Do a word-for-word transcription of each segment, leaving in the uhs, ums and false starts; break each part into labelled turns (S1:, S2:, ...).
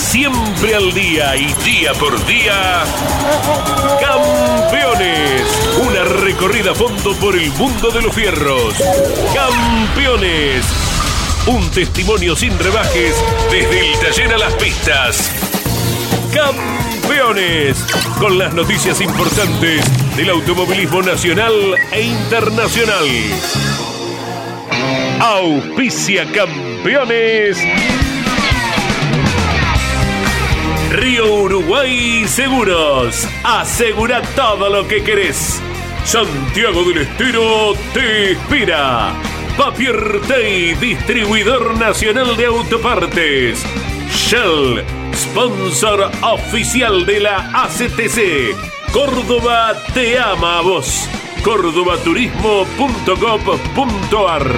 S1: Siempre al día y día por día, Campeones. Una recorrida a fondo por el mundo de los fierros. Campeones. Un testimonio sin rebajes desde el taller a las pistas. Campeones. Con las noticias importantes del automovilismo nacional e internacional. Auspicia Campeones. Río Uruguay Seguros. Asegura todo lo que querés. Santiago del Estero te inspira. Papier Tay, distribuidor nacional de autopartes. Shell, sponsor oficial de la A C T C. Córdoba te ama a vos. córdoba turismo punto gov punto ar.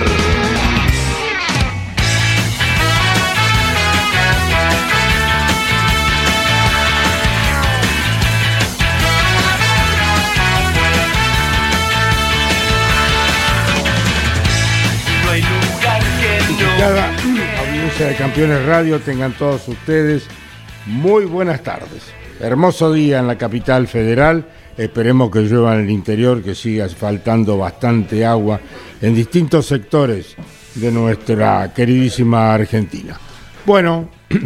S2: Cada audiencia de Campeones Radio, tengan todos ustedes muy buenas tardes. Hermoso día en la capital federal. Esperemos que llueva en el interior, que siga faltando bastante agua en distintos sectores de nuestra queridísima Argentina. Bueno,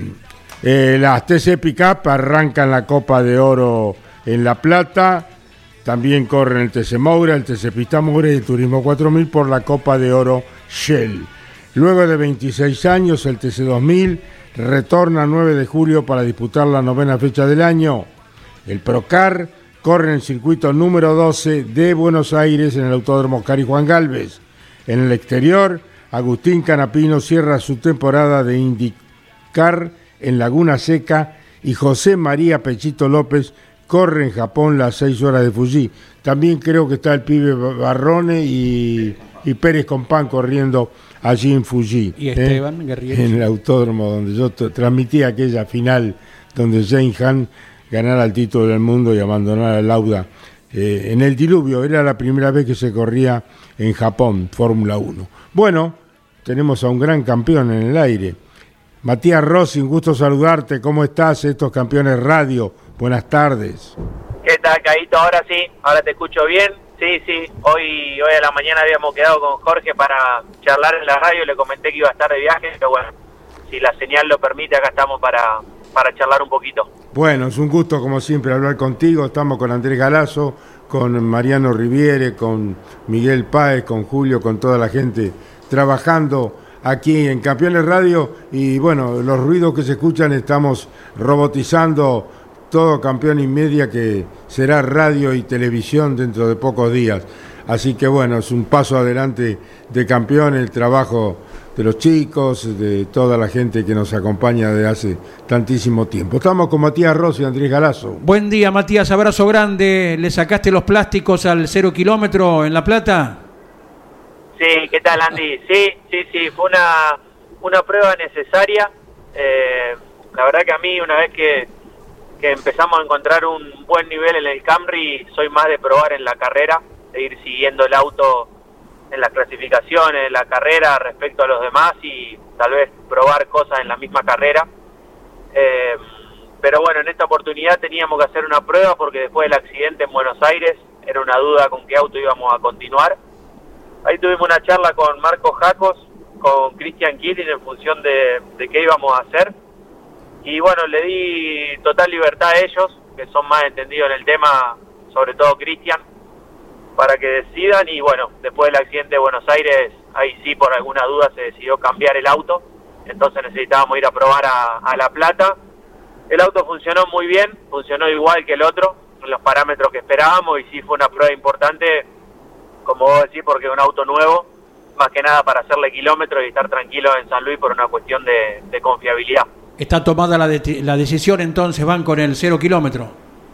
S2: eh, las T C Pickup arrancan la Copa de Oro en La Plata. También corren el T C Moura, el T C Pista Moura y el Turismo cuatro mil por la Copa de Oro Shell. Luego de veintiséis años, el T C dos mil retorna nueve de julio para disputar la novena fecha del año. El Procar corre en el circuito número doce de Buenos Aires en el Autódromo Oscar y Juan Galvez. En el exterior, Agustín Canapino cierra su temporada de IndyCar en Laguna Seca y José María Pechito López corre en Japón las seis horas de Fuji. También creo que está el pibe Barrone y, y Pérez Compán corriendo allí en Fuji.
S3: Y Esteban
S2: eh,
S3: Guerriero.
S2: En el autódromo donde yo t- transmití aquella final donde Jane Han ganara el título del mundo y abandonara el Lauda eh, en el diluvio. Era la primera vez que se corría en Japón, Fórmula uno. Bueno, tenemos a un gran campeón en el aire. Matías Rossi, un gusto saludarte. ¿Cómo estás? Estos Campeones Radio. Buenas tardes.
S4: ¿Qué tal, Caíto? Ahora sí, ahora te escucho bien. Sí, sí, hoy hoy a la mañana habíamos quedado con Jorge para charlar en la radio, le comenté que iba a estar de viaje, pero bueno, si la señal lo permite, acá estamos para, para charlar un poquito.
S2: Bueno, es un gusto como siempre hablar contigo, estamos con Andrés Galazo, con Mariano Riviere, con Miguel Páez, con Julio, con toda la gente trabajando aquí en Campeones Radio y bueno, los ruidos que se escuchan estamos robotizando todo Campeón y Media, que será radio y televisión dentro de pocos días. Así que bueno, es un paso adelante de Campeón, el trabajo de los chicos, de toda la gente que nos acompaña desde hace tantísimo tiempo. Estamos con Matías Rossi y Andrés Galazo.
S3: Buen día, Matías, abrazo grande. ¿Le sacaste los plásticos al cero kilómetro en La Plata?
S4: Sí, ¿qué tal, Andy? Sí, sí, sí, fue una, una prueba necesaria. Eh, la verdad que a mí, una vez que que empezamos a encontrar un buen nivel en el Camry, soy más de probar en la carrera, de ir siguiendo el auto en las clasificaciones, en la carrera respecto a los demás y tal vez probar cosas en la misma carrera. Eh, pero bueno, en esta oportunidad teníamos que hacer una prueba porque después del accidente en Buenos Aires era una duda con qué auto íbamos a continuar. Ahí tuvimos una charla con Marco Jacos, con Christian Killing en función de, de qué íbamos a hacer. Y bueno, le di total libertad a ellos, que son más entendidos en el tema, sobre todo Cristian, para que decidan. Y bueno, después del accidente de Buenos Aires, ahí sí por alguna duda se decidió cambiar el auto, entonces necesitábamos ir a probar a, a La Plata. El auto funcionó muy bien, funcionó igual que el otro, en los parámetros que esperábamos, y sí fue una prueba importante, como vos decís, porque es un auto nuevo, más que nada para hacerle kilómetros y estar tranquilo en San Luis por una cuestión de, de confiabilidad.
S3: ¿Está tomada la, de- la decisión entonces? ¿Van con el cero kilómetro?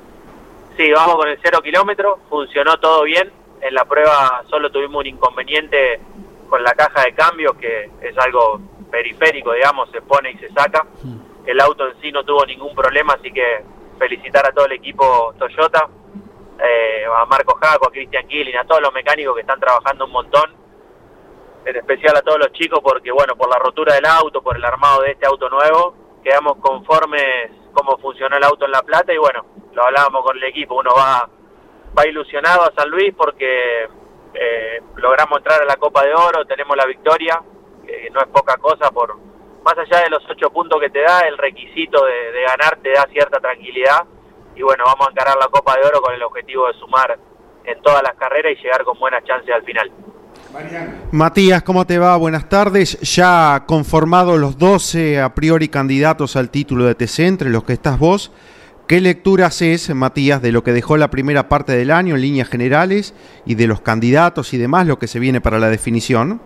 S4: Sí, vamos con el cero kilómetro, funcionó todo bien. En la prueba solo tuvimos un inconveniente con la caja de cambios, que es algo periférico, digamos, se pone y se saca. El auto en sí no tuvo ningún problema, así que felicitar a todo el equipo Toyota, eh, a Marco Jaco, a Christian Killing, a todos los mecánicos que están trabajando un montón, en especial a todos los chicos, porque bueno, por la rotura del auto, por el armado de este auto nuevo, quedamos conformes cómo funcionó el auto en La Plata y bueno, lo hablábamos con el equipo, uno va, va ilusionado a San Luis porque eh, logramos entrar a la Copa de Oro, tenemos la victoria, que no es poca cosa, por más allá de los ocho puntos que te da, el requisito de, de ganar te da cierta tranquilidad y bueno, vamos a encarar la Copa de Oro con el objetivo de sumar en todas las carreras y llegar con buenas chances al final.
S5: Mariano. Matías, ¿cómo te va? Buenas tardes. Ya conformados los doce a priori candidatos al título de T C, entre los que estás vos, ¿qué lectura haces, Matías, de lo que dejó la primera parte del año en líneas generales y de los candidatos y demás, lo que se viene para la definición?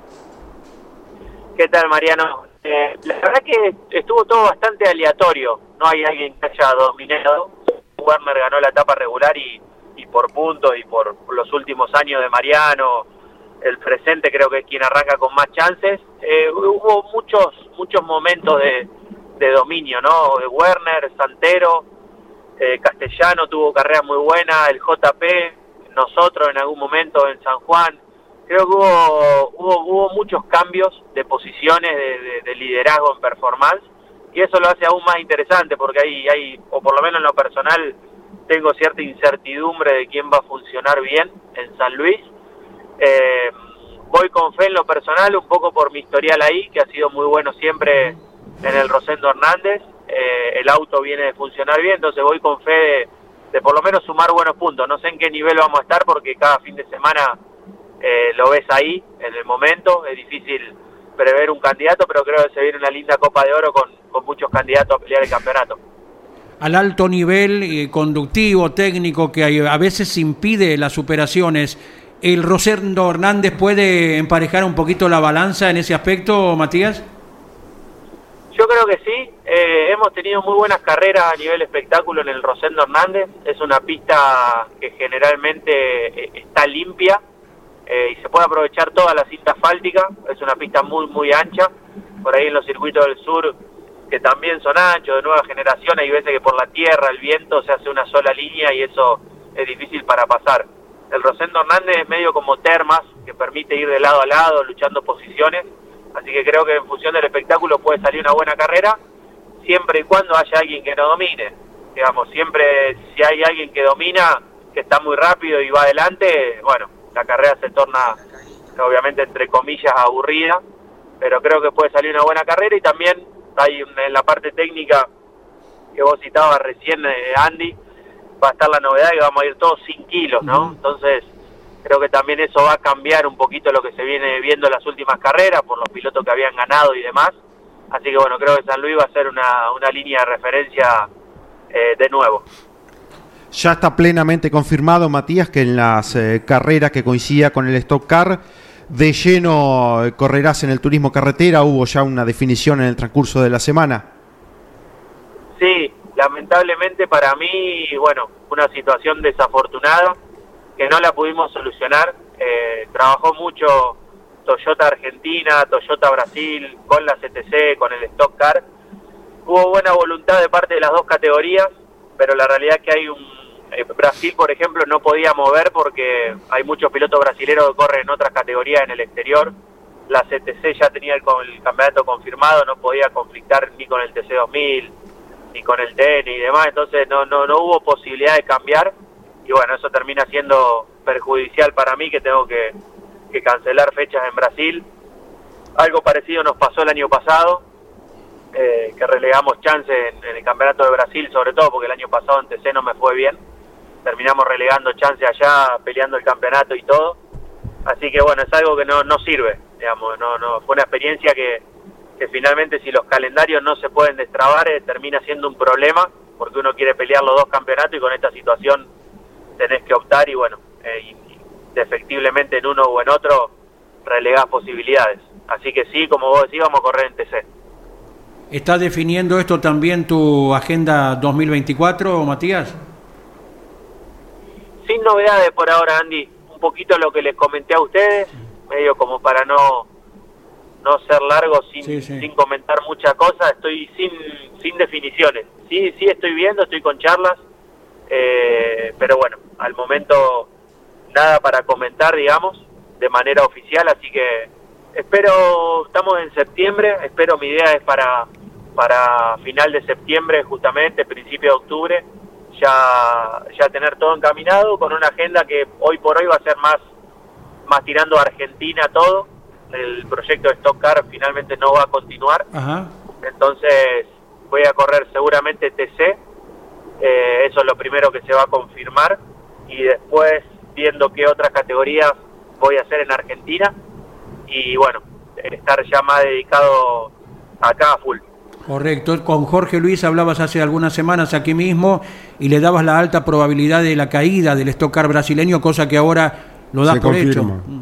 S4: ¿Qué tal, Mariano? Eh, la verdad que estuvo todo bastante aleatorio, no hay alguien que haya dominado. Werner ganó la etapa regular y, y por puntos y por los últimos años de Mariano, el presente creo que es quien arranca con más chances. Eh, hubo muchos muchos momentos de, de dominio, ¿no? De Werner, Santero, eh, Castellano tuvo carrera muy buena, el J P, nosotros en algún momento en San Juan. Creo que hubo, hubo, hubo muchos cambios de posiciones, de, de, de liderazgo en performance, y eso lo hace aún más interesante, porque hay, hay, o por lo menos en lo personal, tengo cierta incertidumbre de quién va a funcionar bien en San Luis. Eh, voy con fe en lo personal, un poco por mi historial ahí, que ha sido muy bueno siempre en el Rosendo Hernández. Eh, el auto viene de funcionar bien, entonces voy con fe de, de por lo menos sumar buenos puntos. No sé en qué nivel vamos a estar, porque cada fin de semana Eh, lo ves ahí, en el momento, es difícil prever un candidato, pero creo que se viene una linda Copa de Oro con, con muchos candidatos a pelear el campeonato.
S3: Al alto nivel eh, conductivo, técnico, que hay, a veces impide las superaciones, ¿el Rosendo Hernández puede emparejar un poquito la balanza en ese aspecto, Matías?
S4: Yo creo que sí, eh, hemos tenido muy buenas carreras a nivel espectáculo en el Rosendo Hernández, es una pista que generalmente eh, está limpia, Eh, y se puede aprovechar toda la cinta asfáltica, es una pista muy muy ancha, por ahí en los circuitos del sur que también son anchos, de nueva generación, hay veces que por la tierra, el viento, se hace una sola línea y eso es difícil para pasar. El Rosendo Hernández es medio como termas, que permite ir de lado a lado, luchando posiciones, así que creo que en función del espectáculo puede salir una buena carrera, siempre y cuando haya alguien que no domine, digamos, siempre si hay alguien que domina, que está muy rápido y va adelante, bueno, la carrera se torna, obviamente, entre comillas, aburrida, pero creo que puede salir una buena carrera y también hay en la parte técnica que vos citabas recién, eh, Andy, va a estar la novedad que vamos a ir todos sin kilos, ¿no? Uh-huh. Entonces, creo que también eso va a cambiar un poquito lo que se viene viendo en las últimas carreras por los pilotos que habían ganado y demás. Así que bueno, creo que San Luis va a ser una, una línea de referencia eh, de nuevo.
S5: Ya está plenamente confirmado, Matías, que en las eh, carreras que coincida con el Stock Car, de lleno eh, correrás en el turismo carretera. ¿Hubo ya una definición en el transcurso de la semana?
S4: Sí, lamentablemente para mí, bueno, una situación desafortunada que no la pudimos solucionar. Eh, trabajó mucho Toyota Argentina, Toyota Brasil, con la C T C, con el Stock Car. Hubo buena voluntad de parte de las dos categorías, pero la realidad es que hay un Brasil, por ejemplo, no podía mover porque hay muchos pilotos brasileños que corren en otras categorías en el exterior. La C T C ya tenía el, el campeonato confirmado, no podía conflictar ni con el T C dos mil, ni con el T N y demás, entonces no, no, no hubo posibilidad de cambiar y bueno, eso termina siendo perjudicial para mí, que tengo que, que cancelar fechas en Brasil. Algo parecido nos pasó el año pasado, eh, que relegamos chances en, en el campeonato de Brasil, sobre todo porque el año pasado en T C no me fue bien. Terminamos relegando chances allá, peleando el campeonato y todo. Así que bueno, es algo que no, no sirve, digamos, no, no, fue una experiencia que, que finalmente si los calendarios no se pueden destrabar, eh, termina siendo un problema, porque uno quiere pelear los dos campeonatos y con esta situación tenés que optar y bueno, eh, y, y defectiblemente en uno o en otro relegás posibilidades. Así que sí, como vos decís, vamos a correr en T C.
S3: ¿Está definiendo esto también tu agenda dos mil veinticuatro, Matías?
S4: Sin novedades por ahora, Andy. Un poquito lo que les comenté a ustedes, medio como para no no ser largo sin, sí, sí. sin comentar mucha cosa. Estoy sin sin definiciones. Sí, sí estoy viendo, estoy con charlas, eh, pero bueno, al momento nada para comentar, digamos, de manera oficial. Así que espero, estamos en septiembre, espero, mi idea es para para final de septiembre, justamente, principio de octubre, ya, ya tener todo encaminado, con una agenda que hoy por hoy va a ser más, más tirando a Argentina todo. El proyecto de Stock Car finalmente no va a continuar.
S3: Ajá.
S4: Entonces voy a correr seguramente T C, eh, eso es lo primero que se va a confirmar, y después viendo qué otras categorías voy a hacer en Argentina, y bueno, estar ya más dedicado acá a full.
S3: Correcto. Con Jorge Luis hablabas hace algunas semanas aquí mismo y le dabas la alta probabilidad de la caída del Stock Car brasileño, cosa que ahora lo das
S2: Se
S3: por
S2: confirma.
S3: hecho.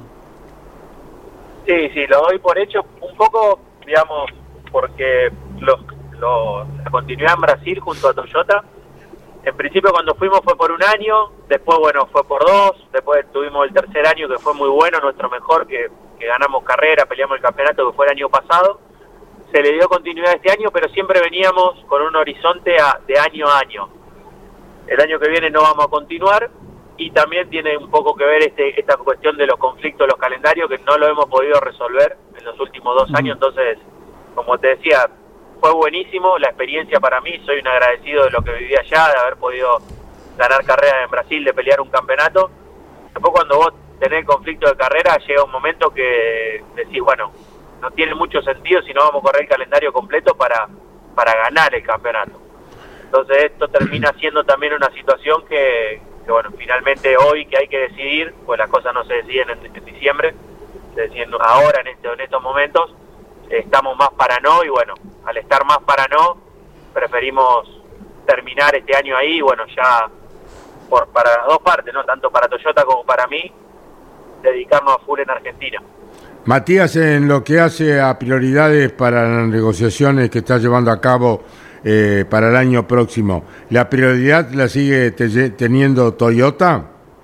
S4: Sí, sí, lo doy por hecho un poco, digamos, porque lo, lo, la continuidad en Brasil junto a Toyota, en principio cuando fuimos fue por un año, después bueno fue por dos, después tuvimos el tercer año que fue muy bueno, nuestro mejor, que, que ganamos carrera, peleamos el campeonato que fue el año pasado, se le dio continuidad este año, pero siempre veníamos con un horizonte a, de año a año. El año que viene no vamos a continuar, y también tiene un poco que ver este, esta cuestión de los conflictos de los calendarios, que no lo hemos podido resolver en los últimos dos años. Entonces, como te decía, fue buenísimo la experiencia para mí, soy un agradecido de lo que viví allá, de haber podido ganar carreras en Brasil, de pelear un campeonato. Después cuando vos tenés conflicto de carrera, llega un momento que decís, bueno, no tiene mucho sentido si no vamos a correr el calendario completo para, para ganar el campeonato. Entonces esto termina siendo también una situación que, que, bueno, finalmente hoy que hay que decidir, pues las cosas no se deciden en, en diciembre, se deciden ahora, en, este, en estos momentos, estamos más para no, y bueno, al estar más para no, preferimos terminar este año ahí, y bueno, ya por para las dos partes, no tanto para Toyota como para mí, dedicarnos a full en Argentina.
S2: Matías, en lo que hace a prioridades para las negociaciones que está llevando a cabo eh, para el año próximo, ¿la prioridad la sigue te, teniendo Toyota?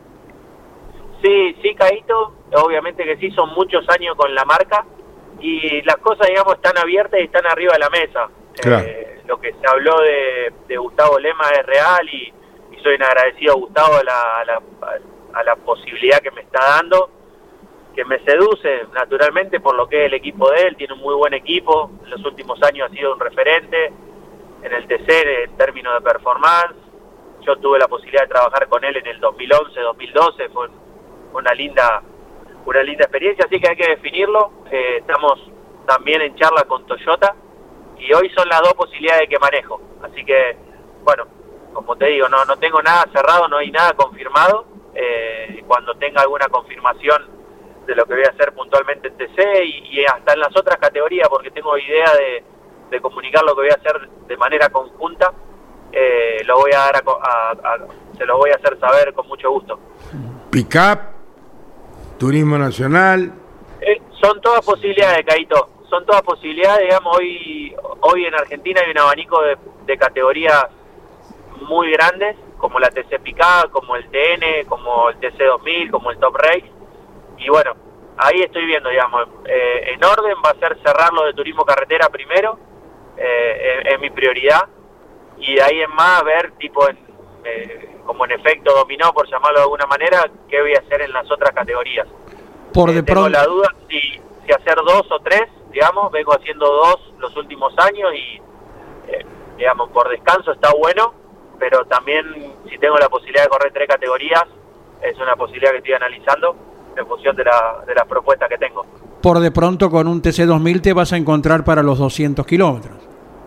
S4: Sí, sí, Caíto, obviamente que sí, son muchos años con la marca, y las cosas, digamos, están abiertas y están arriba de la mesa.
S2: Claro.
S4: Eh, lo que se habló de, de Gustavo Lema es real, y, y soy un agradecido a Gustavo a la, a, la, a la posibilidad que me está dando, que me seduce naturalmente por lo que es el equipo de él. Tiene un muy buen equipo, en los últimos años ha sido un referente en el T C en términos de performance. Yo tuve la posibilidad de trabajar con él en el dos mil once, dos mil doce, fue una linda una linda experiencia, así que hay que definirlo. Eh, estamos también en charla con Toyota, y hoy son las dos posibilidades que manejo, así que bueno, como te digo, no no tengo nada cerrado, no hay nada confirmado. Eh, cuando tenga alguna confirmación de lo que voy a hacer puntualmente en T C y, y hasta en las otras categorías, porque tengo idea de, de comunicar lo que voy a hacer de manera conjunta, eh, lo voy a dar a, a, a, se lo voy a hacer saber con mucho gusto.
S2: Pick-up, turismo nacional.
S4: Eh, son todas posibilidades, Caíto, son todas posibilidades, digamos. Hoy hoy en Argentina hay un abanico de, de categorías muy grandes, como la T C Pick-up, como el T N, como el T C dos mil, como el Top Race. Y bueno, ahí estoy viendo, digamos, eh, en orden va a ser cerrar lo de turismo carretera primero, eh, es, es mi prioridad, y de ahí en más ver, tipo, en, eh, como en efecto dominó, por llamarlo de alguna manera, qué voy a hacer en las otras categorías.
S3: Por
S4: eh,
S3: de
S4: tengo
S3: pronto...
S4: la duda si, si hacer dos o tres, digamos, vengo haciendo dos los últimos años, y, eh, digamos, por descanso está bueno, pero también si tengo la posibilidad de correr tres categorías, es una posibilidad que estoy analizando en función de, la, de las propuestas que tengo.
S3: Por de pronto con un T C dos mil te vas a encontrar para los doscientos kilómetros.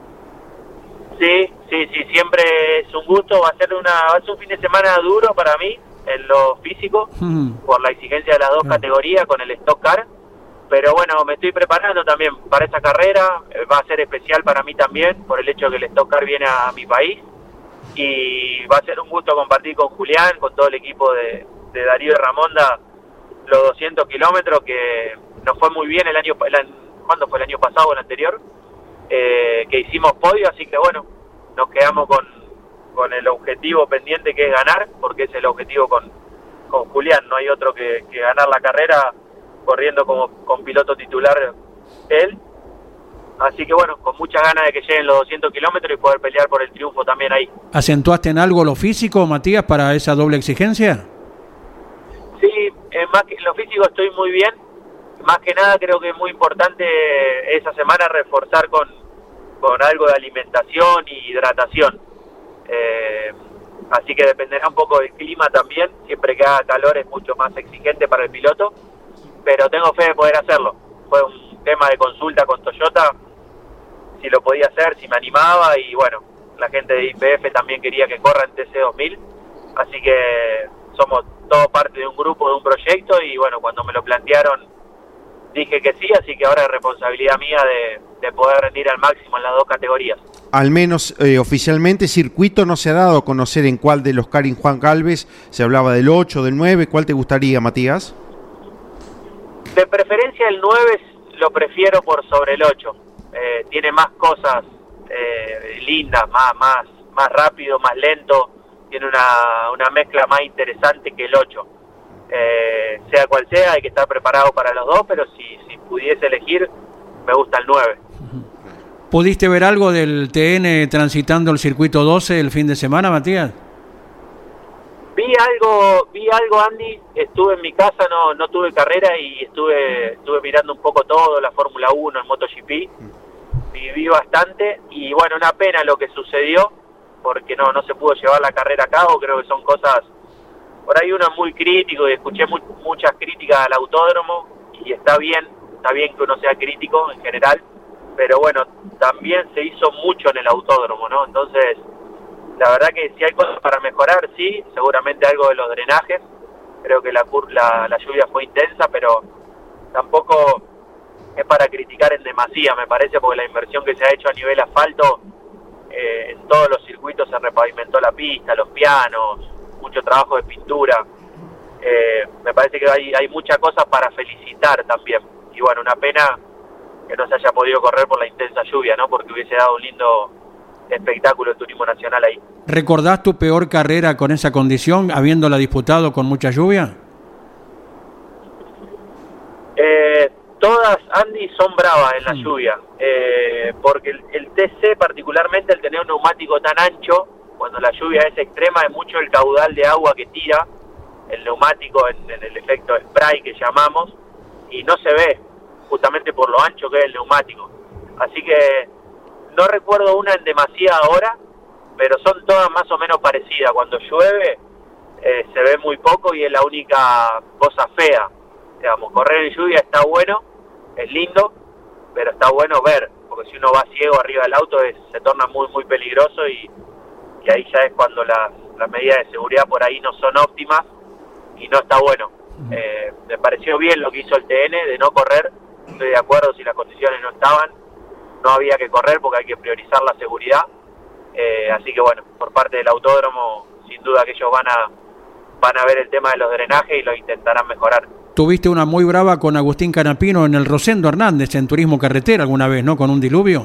S4: Sí, sí, sí, siempre es un gusto. Va a ser una va a ser un fin de semana duro para mí en lo físico,
S3: Mm.
S4: por la exigencia de las dos
S3: Mm.
S4: categorías con el Stock Car, pero bueno, me estoy preparando también para esta carrera. Eh, va a ser especial para mí también por el hecho de que el Stock Car viene a mi país, y va a ser un gusto compartir con Julián, con todo el equipo de, de Darío y Ramonda, los doscientos kilómetros, que nos fue muy bien el año, el, ¿cuándo fue? El año pasado o el anterior, eh, que hicimos podio, así que bueno, nos quedamos con, con el objetivo pendiente, que es ganar, porque es el objetivo con, con Julián, no hay otro que, que ganar la carrera corriendo como con piloto titular él, así que bueno, con muchas ganas de que lleguen los doscientos kilómetros y poder pelear por el triunfo también ahí.
S3: ¿Acentuaste en algo lo físico, Matías, para esa doble exigencia?
S4: Sí, eh, más que en lo físico estoy muy bien. Más que nada creo que es muy importante esa semana reforzar con, con algo de alimentación y hidratación. Eh, así que dependerá un poco del clima también. Siempre que haga calor es mucho más exigente para el piloto, pero tengo fe de poder hacerlo. Fue un tema de consulta con Toyota, si lo podía hacer, si me animaba, y bueno, la gente de I P F también quería que corra en T C dos mil, así que somos todos parte de un grupo, de un proyecto, y bueno, cuando me lo plantearon dije que sí, así que ahora es responsabilidad mía de, de poder rendir al máximo en las dos categorías.
S5: Al menos eh, oficialmente circuito no se ha dado a conocer en cuál de los Karin Juan Galvez, se hablaba del ocho, del nueve, ¿cuál te gustaría, Matías?
S4: De preferencia el nueve lo prefiero por sobre el ocho, eh, tiene más cosas eh, lindas, más, más, más rápido, más lento, tiene una, una mezcla más interesante que el ocho. Eh, sea cual sea, hay que estar preparado para los dos, pero si, si pudiese elegir, me gusta el nueve.
S3: ¿Pudiste ver algo del T N transitando el circuito doce el fin de semana, Matías?
S4: Vi algo, vi algo, Andy. Estuve en mi casa, no, no tuve carrera y estuve, estuve mirando un poco todo, la Fórmula uno, el MotoGP. Vi, vi bastante y bueno, una pena lo que sucedió, porque no, no se pudo llevar la carrera a cabo. Creo que son cosas. Por ahí uno es muy crítico y escuché mu muchas críticas al autódromo, y está bien, está bien que uno sea crítico en general, pero bueno, también se hizo mucho en el autódromo, ¿no? Entonces, la verdad que si hay cosas para mejorar, sí, seguramente algo de los drenajes, creo que la, la, la lluvia fue intensa, pero tampoco es para criticar en demasía, me parece, porque la inversión que se ha hecho a nivel asfalto, eh, en todos los circuitos se repavimentó la pista, los pianos, mucho trabajo de pintura, eh, me parece que hay, hay muchas cosas para felicitar también, y bueno, una pena que no se haya podido correr por la intensa lluvia, ¿no? Porque hubiese dado un lindo espectáculo de turismo nacional ahí.
S3: ¿Recordás tu peor carrera con esa condición, habiéndola disputado con mucha lluvia?
S4: Eh, todas, Andy, son bravas en la
S3: sí.
S4: lluvia, eh, porque el, el T C particularmente, el tener un neumático tan ancho, cuando la lluvia es extrema, es mucho el caudal de agua que tira el neumático en, en el efecto spray que llamamos, y no se ve, justamente por lo ancho que es el neumático. Así que no recuerdo una en demasía ahora, pero son todas más o menos parecidas. Cuando llueve eh, se ve muy poco y es la única cosa fea. Digamos, correr en lluvia está bueno, es lindo, pero está bueno ver, porque si uno va ciego arriba del auto es, se torna muy muy peligroso, y y ahí ya es cuando las, las medidas de seguridad por ahí no son óptimas y no está bueno. Eh, me pareció bien lo que hizo el T N de no correr, estoy de acuerdo, si las condiciones no estaban, no había que correr porque hay que priorizar la seguridad, eh, así que bueno, por parte del autódromo, sin duda que ellos van a, van a ver el tema de los drenajes y lo intentarán mejorar.
S3: Tuviste una muy brava con Agustín Canapino en el Rosendo Hernández en Turismo Carretera alguna vez, ¿no? Con un diluvio.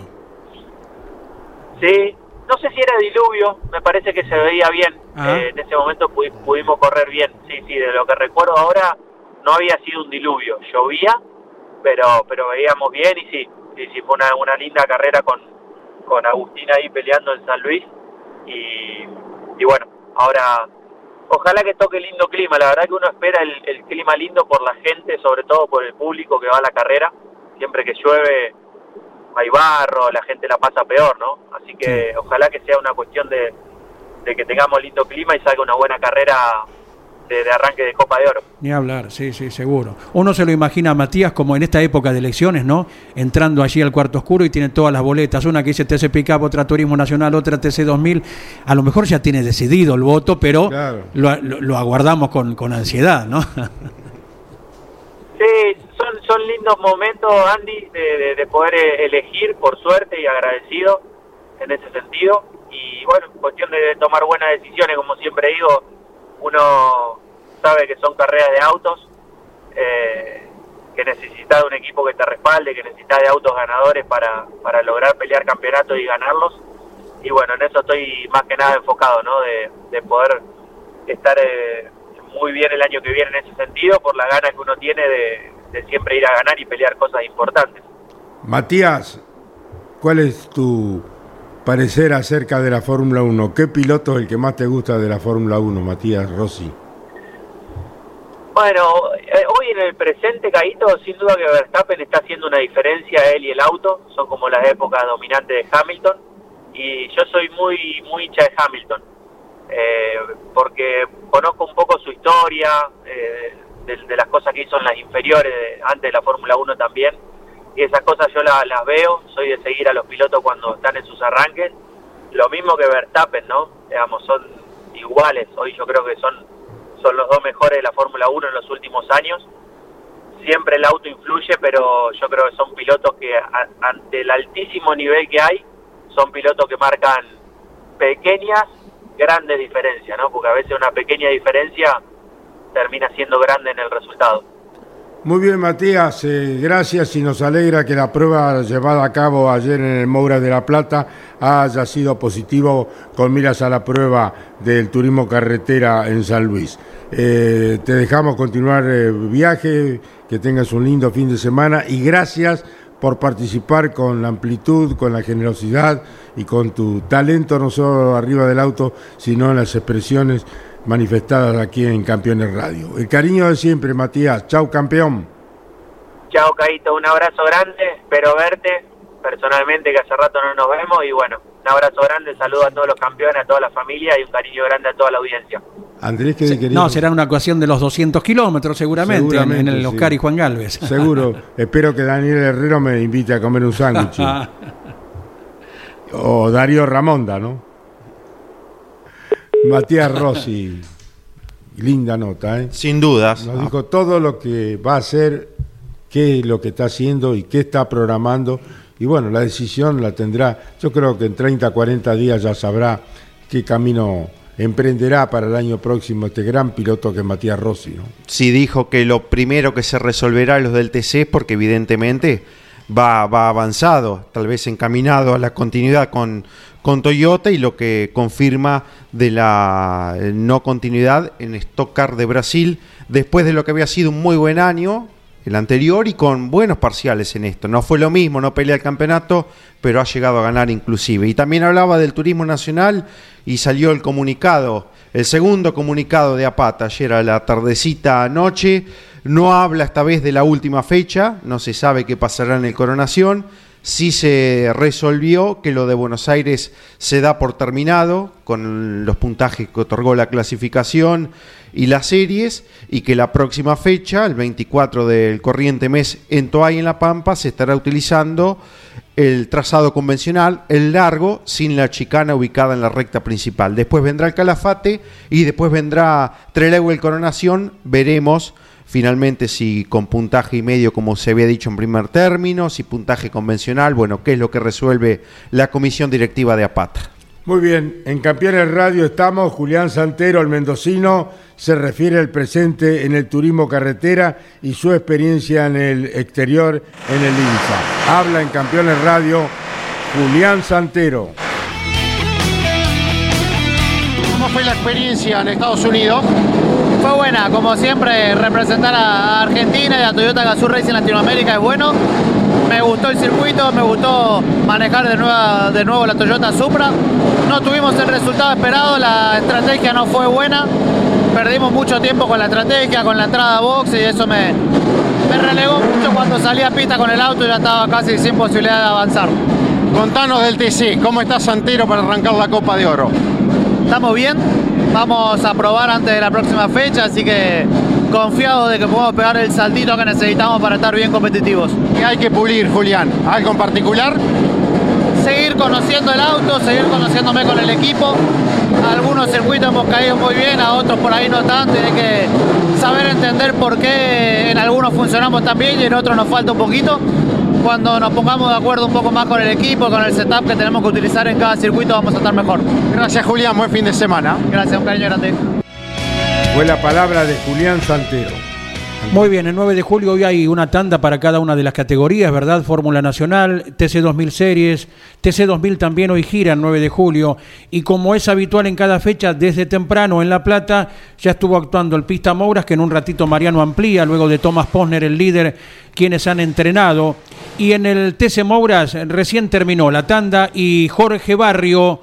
S4: Sí. No sé si era diluvio, me parece que se veía bien,
S3: ah.
S4: eh, en ese momento pudi pudimos correr bien, sí, sí, de lo que recuerdo ahora no había sido un diluvio, llovía, pero pero veíamos bien, y sí, sí, sí fue una, una linda carrera con, con Agustín ahí peleando en San Luis, y, y bueno, ahora ojalá que toque lindo clima, la verdad que uno espera el, el clima lindo por la gente, sobre todo por el público que va a la carrera, siempre que llueve hay barro, la gente la pasa peor, ¿no? Así que sí, ojalá que sea una cuestión de, de que tengamos lindo clima y salga una buena carrera de, de arranque de Copa de Oro.
S3: Ni hablar, sí, sí, seguro. Uno se lo imagina a Matías como en esta época de elecciones, ¿no? Entrando allí al cuarto oscuro y tiene todas las boletas, una que dice T C Pickup, otra Turismo Nacional, otra T C dos mil, a lo mejor ya tiene decidido el voto, pero claro, lo, lo, lo aguardamos con, con ansiedad, ¿no?
S4: Sí, son, son lindos momentos, Andy, de, de, de poder elegir, por suerte, y agradecido en ese sentido. Y bueno, cuestión de tomar buenas decisiones, como siempre digo, uno sabe que son carreras de autos, eh, que necesitas de un equipo que te respalde, que necesitas de autos ganadores para, para lograr pelear campeonatos y ganarlos. Y bueno, en eso estoy más que nada enfocado, ¿no? De, de poder estar eh, muy bien el año que viene en ese sentido, por la gana que uno tiene de, de siempre ir a ganar y pelear cosas importantes.
S2: Matías, ¿cuál es tu parecer acerca de la Fórmula uno? ¿Qué piloto es el que más te gusta de la Fórmula uno, Matías Rossi?
S4: Bueno, eh, hoy en el presente, Caíto, sin duda que Verstappen está haciendo una diferencia, él y el auto, son como las épocas dominantes de Hamilton, y yo soy muy muy hincha de Hamilton, eh, porque conozco un poco su historia, eh, de, de las cosas que hizo en las inferiores, de, antes de la Fórmula uno también, y esas cosas yo la, las veo, soy de seguir a los pilotos cuando están en sus arranques, lo mismo que Verstappen, ¿no? Digamos, son iguales, hoy yo creo que son, son los dos mejores de la Fórmula uno en los últimos años, siempre el auto influye, pero yo creo que son pilotos que a, ante el altísimo nivel que hay, son pilotos que marcan pequeñas, grandes diferencias, ¿no? Porque a veces una pequeña diferencia termina siendo grande en el resultado.
S2: Muy bien, Matías, eh, gracias, y nos alegra que la prueba llevada a cabo ayer en el Moura de la Plata haya sido positivo con miras a la prueba del turismo carretera en San Luis. Eh, te dejamos continuar el eh, viaje, que tengas un lindo fin de semana y gracias por participar con la amplitud, con la generosidad y con tu talento, no solo arriba del auto, sino en las expresiones manifestadas aquí en Campeones Radio. El cariño de siempre, Matías. Chau, campeón.
S4: Chao, Caíto. Un abrazo grande. Espero verte personalmente, que hace rato no nos vemos. Y bueno, un abrazo grande. Saludo a todos los campeones, a toda la familia y un cariño grande a toda la audiencia.
S2: Andrés, ¿qué
S3: Se,
S2: querías?
S3: No, será una ocasión de los doscientos kilómetros seguramente, seguramente en, en el Oscar sí. Y Juan Galvez.
S2: Seguro. Espero que Daniel Herrero me invite a comer un sándwich. O Darío Ramonda, ¿no? Matías Rossi, linda nota, ¿eh?
S5: Sin dudas.
S2: Nos dijo todo lo que va a hacer, qué es lo que está haciendo y qué está programando. Y bueno, la decisión la tendrá, yo creo que en treinta, cuarenta días ya sabrá qué camino emprenderá para el año próximo este gran piloto que es Matías Rossi, ¿no?
S5: Sí, dijo que lo primero que se resolverá es lo del T C es porque evidentemente va, va avanzado, tal vez encaminado a la continuidad con... con Toyota, y lo que confirma de la no continuidad en Stock Car de Brasil, después de lo que había sido un muy buen año, el anterior, y con buenos parciales en esto. No fue lo mismo, no pelea el campeonato, pero ha llegado a ganar inclusive. Y también hablaba del turismo nacional y salió el comunicado, el segundo comunicado de APATA, ayer a la tardecita anoche. No habla esta vez de la última fecha, no se sabe qué pasará en el Coronación. Sí se resolvió que lo de Buenos Aires se da por terminado con los puntajes que otorgó la clasificación y las series, y que la próxima fecha, el veinticuatro del corriente mes, en Toay, en La Pampa, se estará utilizando el trazado convencional, el largo, sin la chicana ubicada en la recta principal. Después vendrá el Calafate y después vendrá Trelew, el Coronación. Veremos finalmente si con puntaje y medio, como se había dicho en primer término, si puntaje convencional, bueno, qué es lo que resuelve la comisión directiva de APATA.
S2: Muy bien, en Campeones Radio estamos. Julián Santero, el mendocino, se refiere al presente en el turismo carretera y su experiencia en el exterior en el INSA. Habla en Campeones Radio Julián Santero.
S6: ¿Cómo fue la experiencia en Estados Unidos?
S7: Fue buena, como siempre, representar a Argentina y a Toyota Gazoo Racing Latinoamérica es bueno. Me gustó el circuito, me gustó manejar de nuevo, de nuevo la Toyota Supra. No tuvimos el resultado esperado, la estrategia no fue buena. Perdimos mucho tiempo con la estrategia, con la entrada a box, y eso me, me relegó mucho. Cuando salí a pista con el auto ya estaba casi sin posibilidad de avanzar.
S6: Contanos del T C, ¿cómo está Santero para arrancar la Copa de Oro?
S7: Estamos bien, vamos a probar antes de la próxima fecha, así que confiado de que podemos pegar el saltito que necesitamos para estar bien competitivos.
S6: ¿Qué hay que pulir, Julián? ¿Algo en particular?
S7: Seguir conociendo el auto, seguir conociéndome con el equipo. A algunos circuitos hemos caído muy bien, a otros por ahí no tanto, y hay que saber entender por qué en algunos funcionamos tan bien y en otros nos falta un poquito. Cuando nos pongamos de acuerdo un poco más con el equipo, con el setup que tenemos que utilizar en cada circuito, vamos a estar mejor.
S6: Gracias, Julián, buen fin de semana.
S7: Gracias, un cariño grande.
S2: Fue la palabra de Julián Santero.
S3: Muy bien, el nueve de julio hoy hay una tanda para cada una de las categorías, ¿verdad? Fórmula Nacional, T C dos mil Series, T C dos mil también hoy gira el nueve de julio, y como es habitual en cada fecha, desde temprano en La Plata ya estuvo actuando el Pista Mouras, que en un ratito Mariano amplía, luego de Tomás Posner, el líder, quienes han entrenado, y en el T C Mouras recién terminó la tanda y Jorge Barrio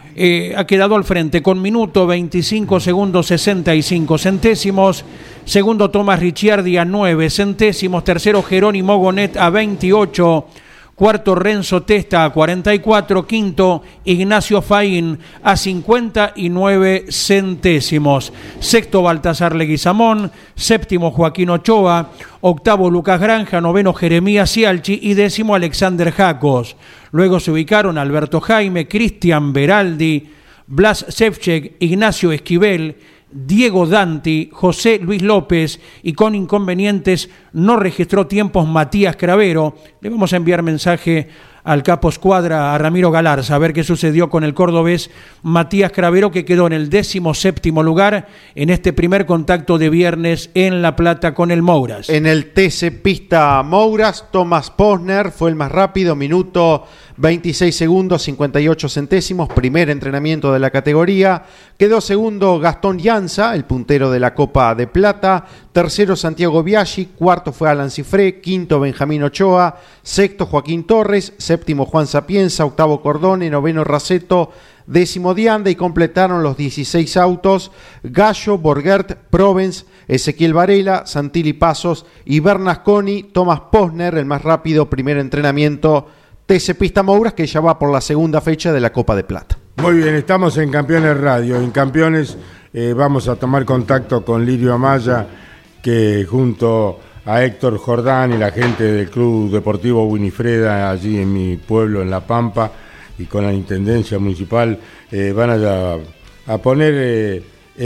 S3: eh, ha quedado al frente con minuto veinticinco segundos sesenta y cinco centésimos. Segundo Tomás Ricciardi a nueve centésimos. Tercero Jerónimo Gonet a veintiocho. Cuarto Renzo Testa a cuarenta y cuatro. Quinto Ignacio Faín a cincuenta y nueve centésimos. Sexto Baltasar Leguizamón. Séptimo Joaquín Ochoa. Octavo Lucas Granja. Noveno Jeremías Cialchi. Y décimo Alexander Jacos. Luego se ubicaron Alberto Jaime, Cristian Beraldi, Blas Shevchek, Ignacio Esquivel, Diego Danti, José Luis López, y con inconvenientes no registró tiempos Matías Cravero. Le vamos a enviar mensaje al capo escuadra, a Ramiro Galarza, a ver qué sucedió con el cordobés Matías Cravero, que quedó en el décimo séptimo lugar en este primer contacto de viernes en La Plata con el Mouras.
S5: En el T C Pista Mouras, Tomás Posner fue el más rápido, minuto veintiséis segundos cincuenta y ocho centésimos, primer entrenamiento de la categoría. Quedó segundo Gastón Llanza, el puntero de la Copa de Plata. Tercero Santiago Biaggi, cuarto fue Alan Cifré, quinto Benjamín Ochoa, sexto Joaquín Torres, séptimo Juan Sapienza, octavo Cordone, noveno Raceto, décimo Dianda, y completaron los dieciséis autos Gallo, Borgert, Provence, Ezequiel Varela, Santilli Pasos y Bernasconi. Tomás Posner, el más rápido, primer entrenamiento T C Pista Mouras, que ya va por la segunda fecha de la Copa de Plata.
S2: Muy bien, estamos en Campeones Radio. En Campeones eh, vamos a tomar contacto con Lirio Amaya, que junto a Héctor Jordán y la gente del Club Deportivo Winifreda, allí en mi pueblo, en La Pampa, y con la Intendencia Municipal, eh, van a, a poner eh,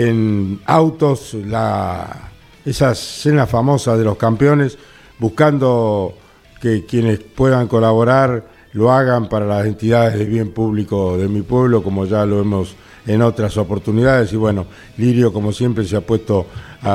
S2: en autos la, esa escena famosa de los campeones, buscando que quienes puedan colaborar lo hagan para las entidades de bien público de mi pueblo, como ya lo hemos en otras oportunidades. Y bueno, Lirio, como siempre, se ha puesto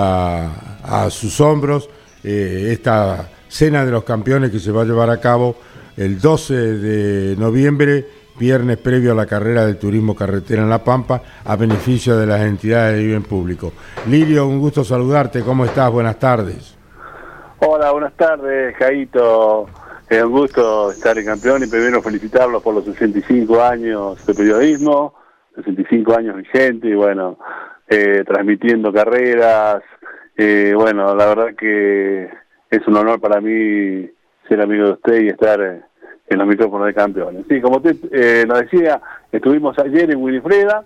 S2: a, a sus hombros eh, esta cena de los campeones que se va a llevar a cabo el doce de noviembre, viernes previo a la carrera del turismo carretera en La Pampa, a beneficio de las entidades de bien público. Lirio, un gusto saludarte. ¿Cómo estás? Buenas tardes.
S8: Hola, buenas tardes, Jaito. Es un gusto estar en Campeón, y primero felicitarlos por los sesenta y cinco años de periodismo, sesenta y cinco años vigente, y bueno, eh, transmitiendo carreras. Eh, bueno, la verdad que es un honor para mí ser amigo de usted y estar en los micrófonos de Campeones. Sí, como usted eh, nos decía, estuvimos ayer en Winifreda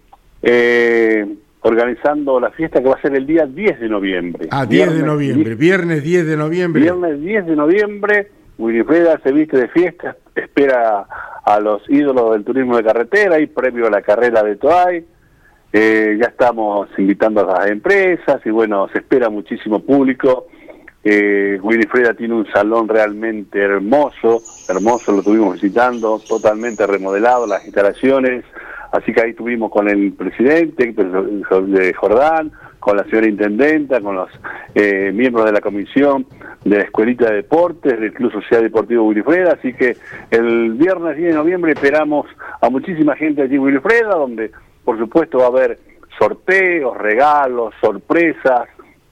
S8: eh, organizando la fiesta que va a ser el día diez de noviembre.
S2: Ah, diez de noviembre, viernes diez de noviembre.
S8: Viernes diez de noviembre. Winifreda se viste de fiesta, espera a los ídolos del turismo de carretera y previo a la carrera de Toay. Eh, ya estamos invitando a las empresas y bueno, se espera muchísimo público. Eh, Winifreda tiene un salón realmente hermoso, hermoso, lo estuvimos visitando, totalmente remodelado, las instalaciones. Así que ahí estuvimos con el presidente de Jordán, con la señora intendenta, con los eh, miembros de la comisión de la Escuelita de Deportes, del Club Social Deportivo Winifreda. Así que el viernes diez de noviembre esperamos a muchísima gente allí en Winifreda, donde por supuesto va a haber sorteos, regalos, sorpresas.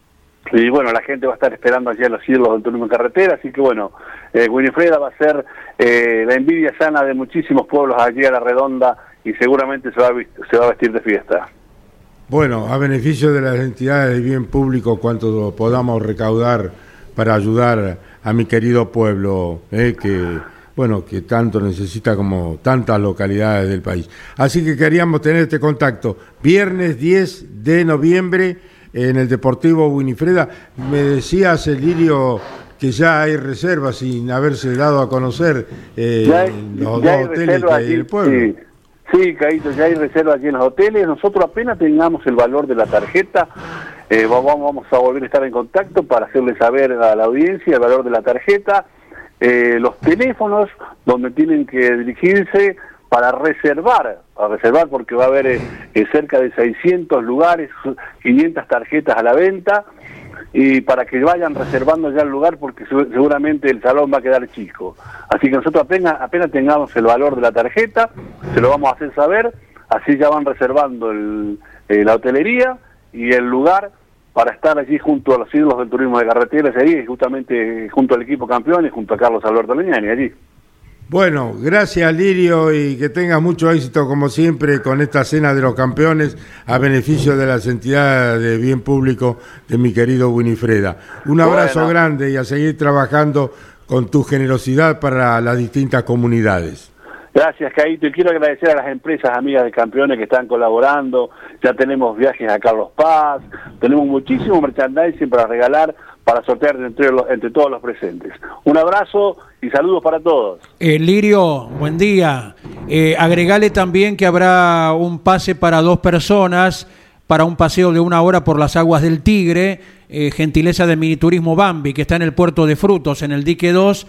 S8: Y bueno, la gente va a estar esperando allí a los ídolos del turismo en carretera. Así que bueno, eh, Winifreda va a ser eh, la envidia sana de muchísimos pueblos allí a la redonda, y seguramente se va a, se va a vestir de fiesta.
S2: Bueno, a beneficio de las entidades de bien público, cuanto podamos recaudar para ayudar a mi querido pueblo, eh, que bueno, que tanto necesita como tantas localidades del país. Así que queríamos tener este contacto. Viernes diez de noviembre en el Deportivo Winifreda. Me decías, Lirio, que ya hay reservas sin haberse dado a conocer eh,
S8: ya hay,
S2: los
S8: ya
S2: dos
S8: hay
S2: hoteles que hay en el pueblo.
S8: Sí. Sí, Caíto, ya hay reservas allí en los hoteles. Nosotros apenas tengamos el valor de la tarjeta, eh, vamos, vamos a volver a estar en contacto para hacerle saber a la audiencia el valor de la tarjeta, eh, los teléfonos donde tienen que dirigirse para reservar, para reservar porque va a haber eh, eh, cerca de seiscientos lugares, quinientas tarjetas a la venta, y para que vayan reservando ya el lugar porque seguramente el salón va a quedar chico. Así que nosotros apenas, apenas tengamos el valor de la tarjeta, se lo vamos a hacer saber, así ya van reservando el, eh, la hotelería y el lugar para estar allí junto a los ídolos del turismo de carreteras, allí justamente junto al equipo campeón y junto a Carlos Alberto Leñani, allí.
S2: Bueno, gracias Lirio y que tengas mucho éxito como siempre con esta cena de los campeones a beneficio de las entidades de bien público de mi querido Winifreda. Un abrazo bueno. grande y a seguir trabajando con tu generosidad para las distintas comunidades.
S8: Gracias, Caíto, y quiero agradecer a las empresas amigas de campeones que están colaborando. Ya tenemos viajes a Carlos Paz, tenemos muchísimo merchandising para regalar, para sortear entre, los, entre todos los presentes. Un abrazo y saludos para todos.
S3: Eh, Lirio, buen día. Eh, agregale también que habrá un pase para dos personas para un paseo de una hora por las aguas del Tigre, eh, gentileza de Miniturismo Bambi, que está en el puerto de Frutos, en el dique dos,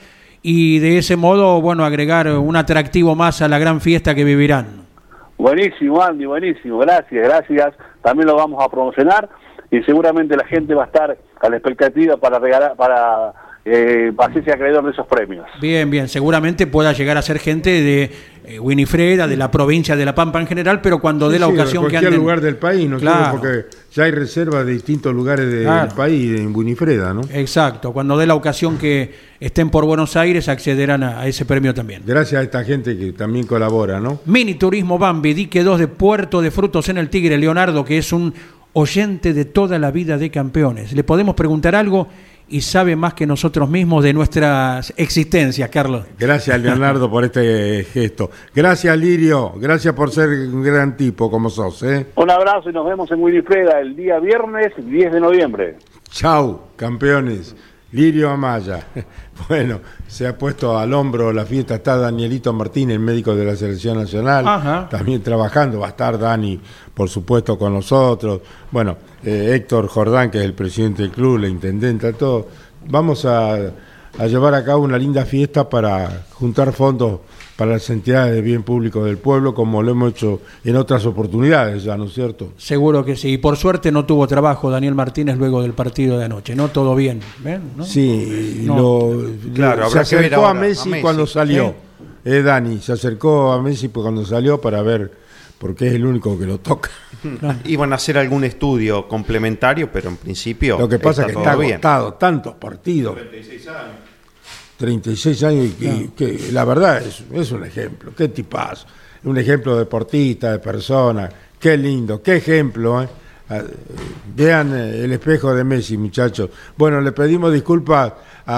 S3: y de ese modo, bueno, agregar un atractivo más a la gran fiesta que vivirán.
S8: Buenísimo, Andy, buenísimo, gracias, gracias. También lo vamos a promocionar y seguramente la gente va a estar a la expectativa para regalar, para eh, hacerse acreedor de esos premios.
S3: Bien, bien, seguramente pueda llegar a ser gente de eh, Winifreda, de la provincia de La Pampa en general, pero cuando sí, dé la
S2: sí,
S3: ocasión
S2: que anden...
S3: cualquier
S2: lugar del país, ¿no? Claro. Porque ya hay reservas de distintos lugares de, claro. del país, en Winifreda, ¿no?
S3: Exacto, cuando dé la ocasión que estén por Buenos Aires, accederán a, a ese premio también.
S2: Gracias a esta gente que también colabora, ¿no?
S3: Miniturismo Bambi, dique dos de Puerto de Frutos en el Tigre, Leonardo, que es un oyente de toda la vida de campeones. Le podemos preguntar algo y sabe más que nosotros mismos de nuestras existencias, Carlos.
S2: Gracias, Leonardo, por este gesto. Gracias, Lirio. Gracias por ser un gran tipo como sos, ¿eh?
S8: Un abrazo y nos vemos en Winifreda el día viernes diez de noviembre.
S2: Chau, campeones. Lirio Amaya. Bueno, se ha puesto al hombro la fiesta. Está Danielito Martínez, médico de la Selección Nacional. Ajá. También trabajando. Va a estar Dani, por supuesto, con nosotros. Bueno, eh, Héctor Jordán, que es el presidente del club, la intendenta, todo. Vamos a, a llevar a cabo una linda fiesta para juntar fondos para las entidades de bien público del pueblo, como lo hemos hecho en otras oportunidades ya, ¿no es cierto?
S3: Seguro que sí. Y por suerte no tuvo trabajo Daniel Martínez luego del partido de anoche, ¿no? Todo bien, ¿ven? ¿No?
S2: Sí,
S3: no.
S2: Lo,
S5: claro,
S2: se acercó a Messi, a Messi cuando salió.
S3: ¿Eh?
S2: Eh, Dani, se acercó a Messi cuando salió para ver, porque es el único que lo toca.
S5: Iban a hacer algún estudio complementario, pero en principio
S2: lo que pasa es que está agotado,
S5: bien.
S2: Tantos partidos. treinta y seis años. treinta y seis años y, no. y que la verdad es, es un ejemplo, qué tipazo, un ejemplo deportista, de persona, qué lindo, qué ejemplo, ¿eh? Vean el espejo de Messi, muchachos. Bueno, le pedimos disculpas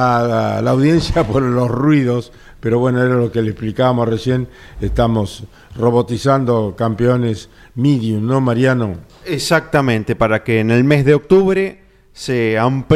S2: a, a la audiencia por los ruidos, pero bueno, era lo que le explicábamos recién, estamos robotizando campeones medium, ¿no, Mariano?
S5: Exactamente, para que en el mes de octubre se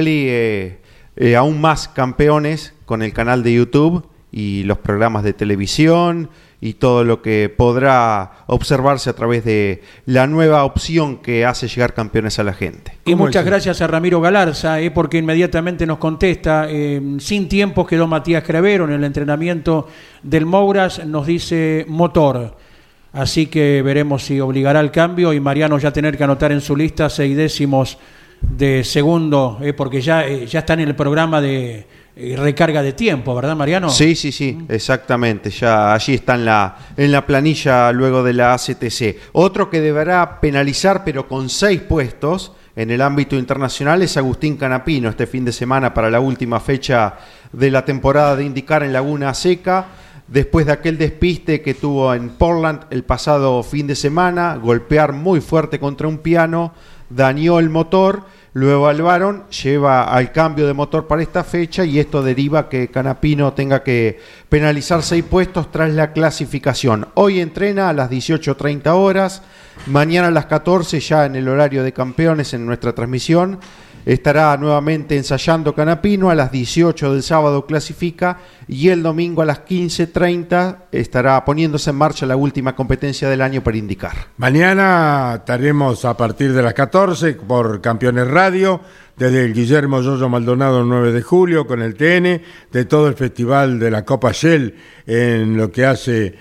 S5: amplíe eh, aún más campeones con el canal de YouTube y los programas de televisión y todo lo que podrá observarse a través de la nueva opción que hace llegar campeones a la gente.
S3: Y muchas gracias a Ramiro Galarza, eh, porque inmediatamente nos contesta, eh, sin tiempo quedó Matías Cravero en el entrenamiento del Mouras, nos dice motor, así que veremos si obligará al cambio y Mariano ya tener que anotar en su lista seis décimos de segundo, eh, porque ya, eh, ya está en el programa de eh, recarga de tiempo, ¿verdad, Mariano?
S5: Sí, sí, sí, exactamente, ya allí está en la, en la planilla luego de la A C T C. Otro que deberá penalizar, pero con seis puestos en el ámbito internacional, es Agustín Canapino, este fin de semana para la última fecha de la temporada de IndyCar en Laguna Seca. Después de aquel despiste que tuvo en Portland el pasado fin de semana, golpear muy fuerte contra un piano, dañó el motor, lo evaluaron, lleva al cambio de motor para esta fecha y esto deriva que Canapino tenga que penalizar seis puestos tras la clasificación. Hoy entrena a las dieciocho treinta horas, mañana a las catorce ya en el horario de campeones en nuestra transmisión. Estará nuevamente ensayando Canapino, a las dieciocho del sábado clasifica y el domingo a las quince treinta estará poniéndose en marcha la última competencia del año para IndyCar.
S2: Mañana estaremos a partir de las catorce por Campeones Radio, desde el Guillermo Yoyo Maldonado el nueve de julio con el T N, de todo el festival de la Copa Shell en lo que hace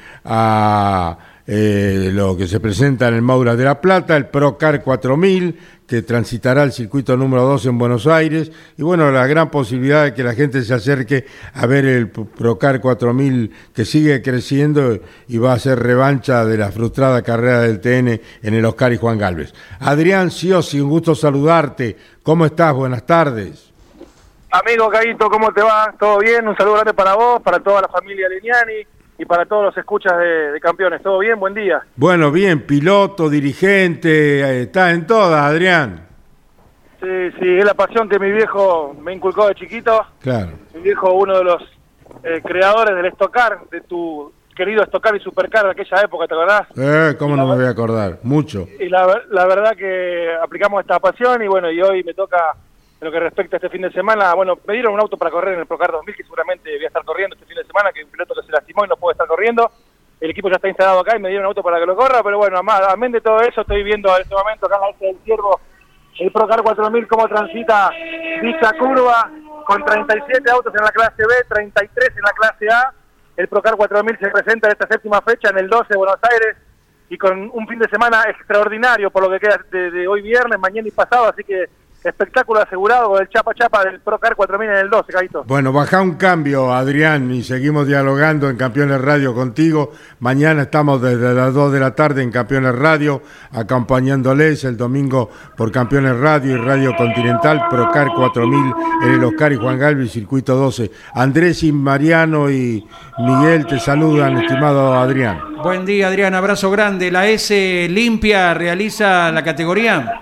S2: a... Eh, lo que se presenta en el Mouras de La Plata, el Procar cuatro mil, que transitará el circuito número dos en Buenos Aires, y bueno, la gran posibilidad de que la gente se acerque a ver el Procar cuatro mil, que sigue creciendo y va a ser revancha de la frustrada carrera del T N en el Oscar y Juan Galvez. Adrián Siosi, un gusto saludarte. ¿Cómo estás? Buenas tardes.
S9: Amigo Caíto, ¿cómo te va? ¿Todo bien? Un saludo grande para vos, para toda la familia Legnani. y para todos los escuchas de, de Campeones. ¿Todo bien? Buen día.
S2: Bueno, bien, piloto, dirigente, eh, está en todas, Adrián.
S9: Sí, sí, es la pasión que mi viejo me inculcó de chiquito.
S2: Claro.
S9: Mi viejo, uno de los eh, creadores del Estocar, de tu querido Estocar y Supercar de aquella época, ¿te acordás?
S2: Eh, ¿cómo no me voy a acordar? Mucho.
S9: Y la, la verdad que aplicamos esta pasión y bueno, y hoy me toca, en lo que respecta a este fin de semana, bueno, me dieron un auto para correr en el Procar dos mil, que seguramente voy a estar corriendo este fin de semana, que hay un piloto que se lastimó y no puede estar corriendo. El equipo ya está instalado acá y me dieron un auto para que lo corra, pero bueno, amén de todo eso, estoy viendo en este momento acá en la Este del Ciervo el Procar cuatro mil cómo transita dicha curva, con treinta y siete autos en la clase B, treinta y tres en la clase A. El Procar cuatro mil se presenta en esta séptima fecha en el doce de Buenos Aires y con un fin de semana extraordinario por lo que queda de, de hoy viernes, mañana y pasado, así que espectáculo asegurado con el chapa chapa del Procar cuatro mil en el doce, Caito.
S2: Bueno, baja un cambio, Adrián, y seguimos dialogando en Campeones Radio contigo. Mañana estamos desde las dos de la tarde en Campeones Radio, acompañándoles el domingo por Campeones Radio y Radio Continental, Procar cuatro mil en el Oscar y Juan Galvez, Circuito doce. Andrés y Mariano y Miguel te saludan, estimado Adrián.
S3: Buen día, Adrián, abrazo grande. ¿La S limpia realiza la categoría?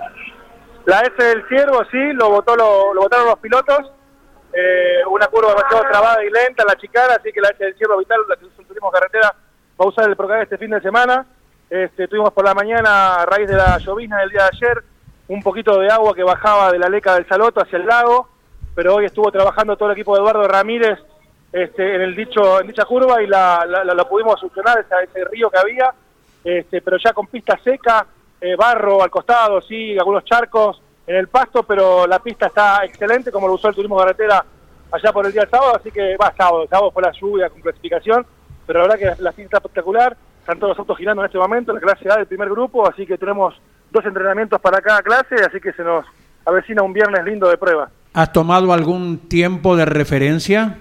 S9: La S del Ciervo, sí, lo votó lo, lo votaron los pilotos. Eh, una curva demasiado trabada y lenta, la chicana, así que la S del Ciervo Vital, la que tuvimos carretera, va a usar el Procar este fin de semana. Este, tuvimos por la mañana, a raíz de la llovizna del día de ayer, un poquito de agua que bajaba de la leca del Saloto hacia el lago, pero hoy estuvo trabajando todo el equipo de Eduardo Ramírez este, en el dicho en dicha curva y la, la, la, la pudimos solucionar, ese, ese río que había, este, pero ya con pista seca. Eh, barro al costado, sí, algunos charcos en el pasto, pero la pista está excelente, como lo usó el turismo carretera allá por el día del sábado, así que va, sábado, sábado fue la lluvia con clasificación, pero la verdad que la pista está espectacular, están todos los autos girando en este momento, la clase A del primer grupo, así que tenemos dos entrenamientos para cada clase, así que se nos avecina un viernes lindo de prueba.
S3: ¿Has tomado algún tiempo de referencia?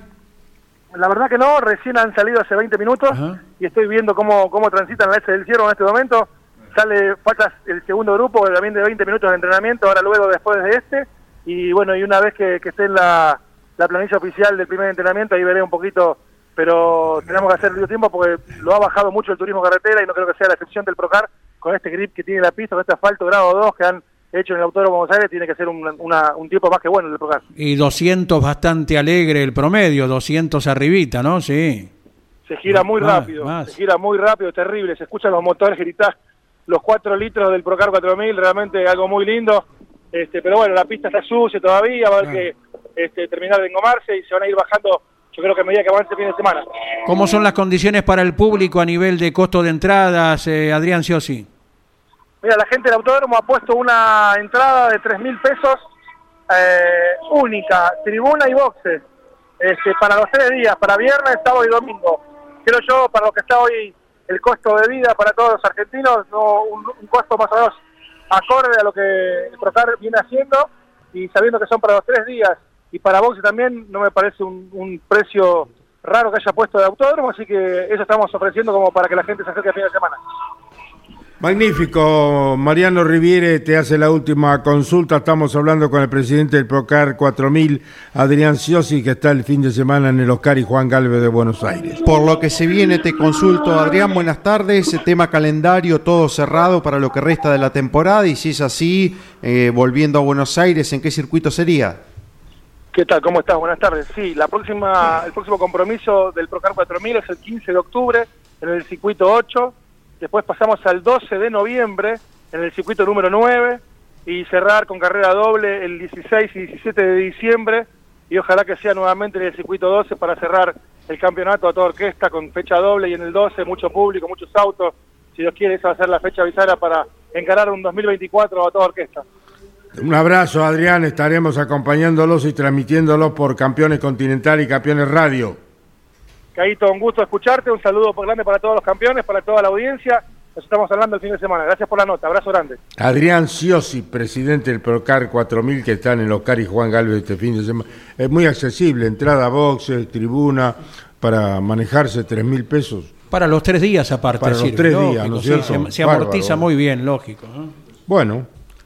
S9: La verdad que no, recién han salido hace veinte minutos. Ajá. Y estoy viendo cómo, cómo transitan la S del Ciervo en este momento. Sale, falta el segundo grupo, también de veinte minutos de entrenamiento, ahora luego después de este, y bueno, y una vez que, que esté en la, la planilla oficial del primer entrenamiento, ahí veré un poquito, pero tenemos que hacer el tiempo porque lo ha bajado mucho el turismo carretera y no creo que sea la excepción del Procar, con este grip que tiene la pista, con este asfalto grado dos que han hecho en el Autódromo Buenos Aires, tiene que ser un, una, un tiempo más que bueno el del Procar.
S3: Y doscientos bastante alegre el promedio, doscientos arribita, ¿no? Sí.
S9: Se gira muy más, rápido, más. se gira muy rápido, terrible, se escuchan los motores gritar. Los cuatro litros del Procar cuatro mil, realmente algo muy lindo, este, pero bueno, la pista está sucia todavía, va a haber ah. que este, terminar de engomarse y se van a ir bajando, yo creo que a medida que avance el fin de semana.
S3: ¿Cómo son las condiciones para el público a nivel de costo de entradas, eh, Adrián Siosi?
S9: Mira, la gente del autódromo ha puesto una entrada de tres mil pesos, eh, única, tribuna y boxes, este, para los tres días, para viernes, sábado y domingo. Creo yo, para lo que está hoy el costo de vida para todos los argentinos, no un, un costo más o menos acorde a lo que el Procar viene haciendo, y sabiendo que son para los tres días, y para boxe también, no me parece un, un precio raro que haya puesto de autódromo, así que eso estamos ofreciendo como para que la gente se acerque a fin de semana.
S2: Magnífico, Mariano Riviere te hace la última consulta. Estamos hablando con el presidente del Procar cuatro mil, Adrián Siosi, que está el fin de semana en el Oscar y Juan Galvez de Buenos Aires.
S5: Por lo que se viene te consulto, Adrián, buenas tardes. Tema calendario, todo cerrado para lo que resta de la temporada, y si es así, eh, volviendo a Buenos Aires, ¿en qué circuito sería?
S9: ¿Qué tal? ¿Cómo estás? Buenas tardes. Sí, la próxima, el próximo compromiso del Procar cuatro mil es el quince de octubre en el circuito ocho. Después pasamos al doce de noviembre en el circuito número nueve y cerrar con carrera doble el dieciséis y diecisiete de diciembre, y ojalá que sea nuevamente en el circuito doce para cerrar el campeonato a toda orquesta con fecha doble, y en el doce mucho público, muchos autos. Si Dios quiere, esa va a ser la fecha bisagra para encarar un dos mil veinticuatro a toda orquesta.
S2: Un abrazo, Adrián, estaremos acompañándolos y transmitiéndolos por Campeones Continental y Campeones Radio.
S9: Caíto, un gusto escucharte, un saludo grande para todos los campeones, para toda la audiencia. Nos estamos hablando el fin de semana. Gracias por la nota, abrazo grande.
S2: Adrián Siosi, presidente del Procar cuatro mil, que está en el Oscar y Juan Galvez este fin de semana. Es muy accesible, entrada, boxe, tribuna, para manejarse tres mil pesos.
S3: Para los tres días aparte.
S2: Para
S3: sirve,
S2: los tres
S3: lógico,
S2: días, ¿no es
S3: sí,
S2: cierto?
S3: Se, se amortiza muy bien, lógico, ¿no?
S2: Bueno,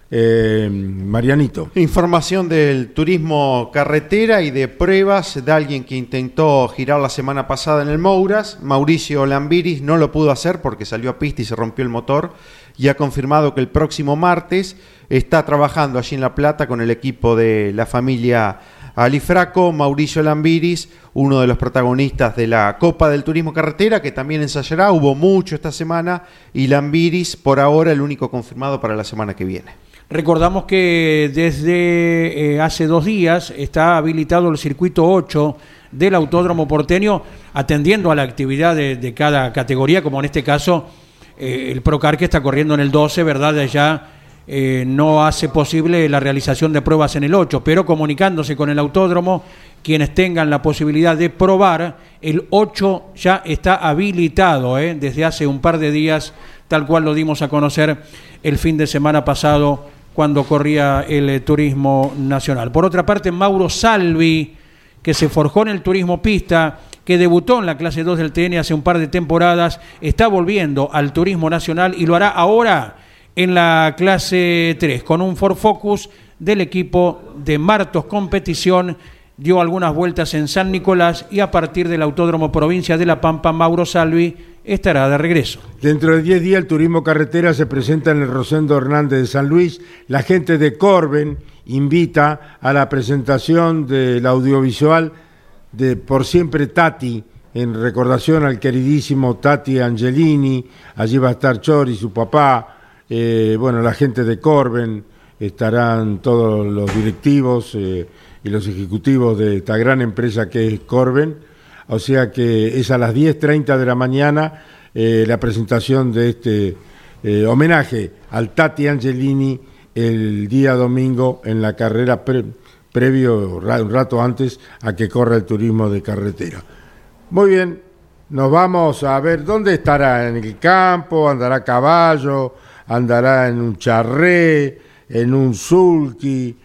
S2: Eh, Marianito.
S5: Información del turismo carretera y de pruebas de alguien que intentó girar la semana pasada en el Mouras. Mauricio Lambiris no lo pudo hacer porque salió a pista y se rompió el motor, y ha confirmado que el próximo martes está trabajando allí en La Plata con el equipo de la familia Alifraco. Mauricio Lambiris, uno de los protagonistas de la Copa del Turismo Carretera, que también ensayará. Hubo mucho esta semana, y Lambiris por ahora el único confirmado para la semana que viene.
S3: Recordamos que desde eh, hace dos días está habilitado el circuito ocho del Autódromo Porteño, atendiendo a la actividad de, de cada categoría, como en este caso eh, el Procar, que está corriendo en el doce, ¿verdad? Ya eh, no hace posible la realización de pruebas en el ocho, pero comunicándose con el autódromo, quienes tengan la posibilidad de probar, el ocho ya está habilitado eh, desde hace un par de días, tal cual lo dimos a conocer el fin de semana pasado, cuando corría el eh, turismo nacional. Por otra parte, Mauro Salvi, que se forjó en el turismo pista, que debutó en la clase dos del T N hace un par de temporadas, está volviendo al turismo nacional y lo hará ahora en la clase tres, con un Ford Focus del equipo de Martos Competición. Dio algunas vueltas en San Nicolás y a partir del Autódromo Provincia de La Pampa, Mauro Salvi estará de regreso. Dentro de diez días el turismo carretera se presenta en el Rosendo Hernández de San Luis. La gente de Corben invita a la presentación del audiovisual de Por Siempre Tati, en recordación al queridísimo Tati Angelini. Allí va a estar Chori, su papá, eh, bueno, la gente de Corben, estarán todos los directivos eh, y los ejecutivos de esta gran empresa que es Corben. O sea que es a las diez treinta de la mañana eh, la presentación de este eh, homenaje al Tati Angelini el día domingo en la carrera pre, previo, un rato antes a que corra el turismo de carretera. Muy bien, nos vamos a ver dónde estará, en el campo, andará a caballo, andará en un charré, en un sulky,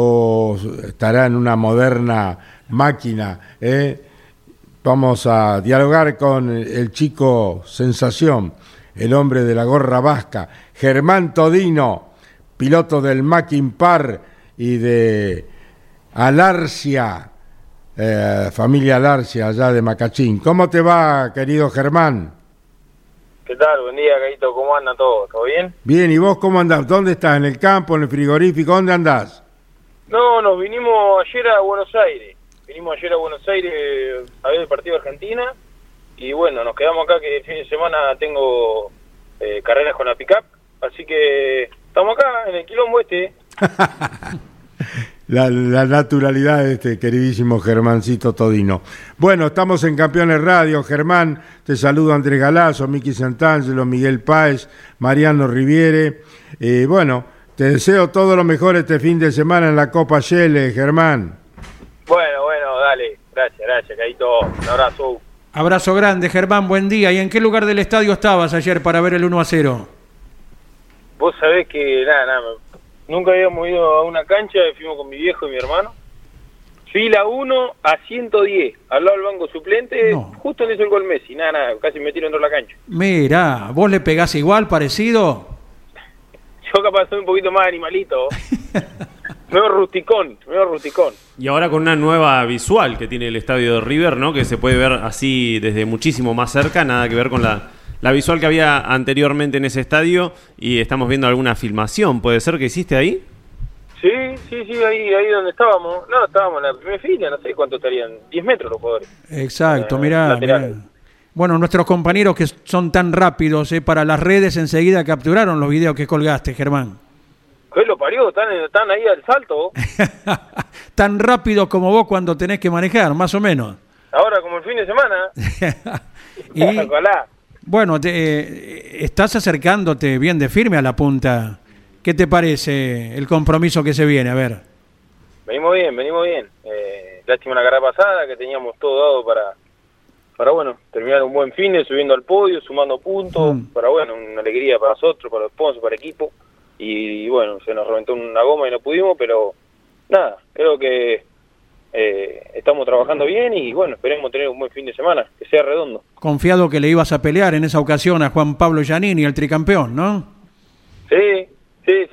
S3: o estará en una moderna máquina, ¿eh? Vamos a dialogar con el chico sensación, el hombre de la gorra vasca, Germán Todino, piloto del Mackin Par y de Alarcia, eh, familia Alarcia, allá de Macachín. ¿Cómo te va, querido Germán?
S10: ¿Qué tal? Buen día, Caíto. ¿Cómo anda todo? ¿Todo bien?
S2: Bien, ¿y vos cómo andás? ¿Dónde estás? ¿En el campo, en el frigorífico? ¿Dónde andás?
S10: No, nos vinimos ayer a Buenos Aires. Vinimos ayer a Buenos Aires a ver el partido de Argentina y bueno, nos quedamos acá que el fin de semana tengo eh, carreras con la pick-up, así que estamos acá en el quilombo este.
S2: la, la naturalidad de este queridísimo Germancito Todino. Bueno, estamos en Campeones Radio. Germán, te saludo Andrés Galazo, Miki Santangelo, Miguel Páez, Mariano Riviere. Eh, bueno, te deseo todo lo mejor este fin de semana en la Copa Shell, Germán.
S10: Bueno, bueno, dale. Gracias, gracias, Caíto. Un abrazo.
S3: Abrazo grande, Germán, buen día. ¿Y en qué lugar del estadio estabas ayer para ver el uno a cero?
S10: Vos sabés que, nada, nada, nunca habíamos ido a una cancha, fuimos con mi viejo y mi hermano. Fila uno a ciento diez, al lado del banco suplente, no. Justo donde hizo el gol Messi. Nada, nada, casi me tiro dentro de la cancha.
S3: Mirá, ¿vos le pegás igual, parecido?
S10: Yo capaz soy un poquito más animalito. Medio rusticón, medio rusticón.
S11: Y ahora con una nueva visual que tiene el estadio de River, ¿no? Que se puede ver así desde muchísimo más cerca, nada que ver con la, la visual que había anteriormente en ese estadio. Y estamos viendo alguna filmación, ¿puede ser que hiciste ahí?
S10: Sí, sí, sí, ahí, ahí donde estábamos. No, estábamos en la primera fila, no sé cuánto estarían, diez metros los jugadores.
S3: Exacto, eh, mirá, mirá. Bueno, nuestros compañeros que son tan rápidos eh, para las redes enseguida capturaron los videos que colgaste, Germán.
S10: ¿Qué lo parió? ¿Están, están ahí al salto?
S3: Tan rápido como vos cuando tenés que manejar, más o menos.
S10: Ahora, como el fin de semana.
S3: y, bueno, te, eh, estás acercándote bien de firme a la punta. ¿Qué te parece el compromiso que se viene? A ver.
S10: Venimos bien, venimos bien. Eh, lástima la carrera pasada, que teníamos todo dado para, para bueno, terminar un buen fin de subiendo al podio, sumando puntos, mm. para, bueno, una alegría para nosotros, para los sponsors, para el equipo. Y bueno, se nos reventó una goma y no pudimos, pero nada, creo que eh, estamos trabajando bien y bueno, esperemos tener un buen fin de semana, que sea redondo.
S3: Confiado que le ibas a pelear en esa ocasión a Juan Pablo Giannini, el tricampeón, ¿no?
S10: Sí, sí, sí,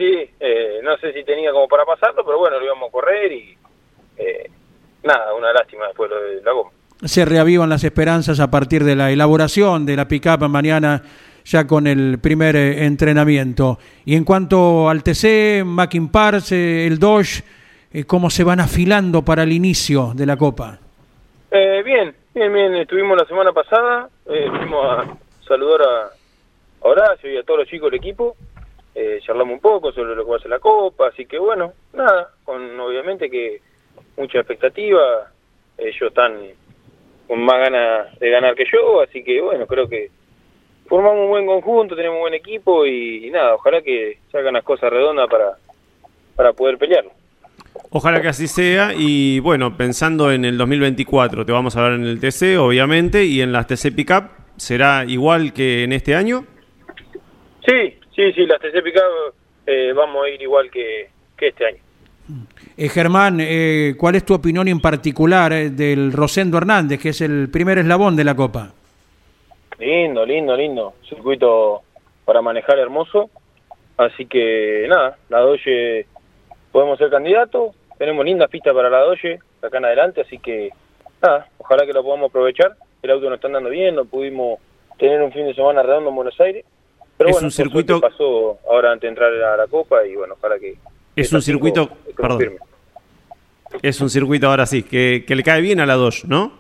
S10: sí, eh, no sé si tenía como para pasarlo, pero bueno, lo íbamos a correr y eh, nada, una lástima después lo de la goma.
S3: Se reavivan las esperanzas a partir de la elaboración de la pick-up mañana, ya con el primer eh, entrenamiento. Y en cuanto al T C, Mackin Parts, eh, el Dodge, eh, ¿cómo se van afilando para el inicio de la Copa?
S10: Eh, bien, bien, bien, estuvimos la semana pasada, eh, fuimos a saludar a, a Horacio y a todos los chicos del equipo, eh, charlamos un poco sobre lo que va a ser la Copa, así que bueno, nada, con obviamente que mucha expectativa, ellos están con más ganas de ganar que yo, así que bueno, creo que formamos un buen conjunto, tenemos un buen equipo y, y nada, ojalá que salgan las cosas redondas para, para poder pelearlo.
S11: Ojalá que así sea y bueno, pensando en el dos mil veinticuatro, te vamos a ver en el T C obviamente y en las T C Pickup, ¿será igual que en este año?
S10: Sí, sí, sí, las T C Pickup eh, vamos a ir igual que, que este año.
S3: Eh, Germán, eh, ¿cuál es tu opinión en particular eh, del Rosendo Hernández, que es el primer eslabón de la Copa?
S10: Lindo, lindo, lindo. Circuito para manejar hermoso. Así que nada, la Dodge podemos ser candidatos. Tenemos lindas pistas para la Dodge acá en adelante, así que nada, ojalá que lo podamos aprovechar. El auto nos está andando bien, no pudimos tener un fin de semana redondo en Buenos Aires. Pero
S11: es
S10: bueno,
S11: un circuito
S10: pasó ahora antes de entrar a la Copa y bueno, ojalá que...
S11: Es un circuito, perdón, firme. Es un circuito ahora sí, que, que le cae bien a la Dodge, ¿no?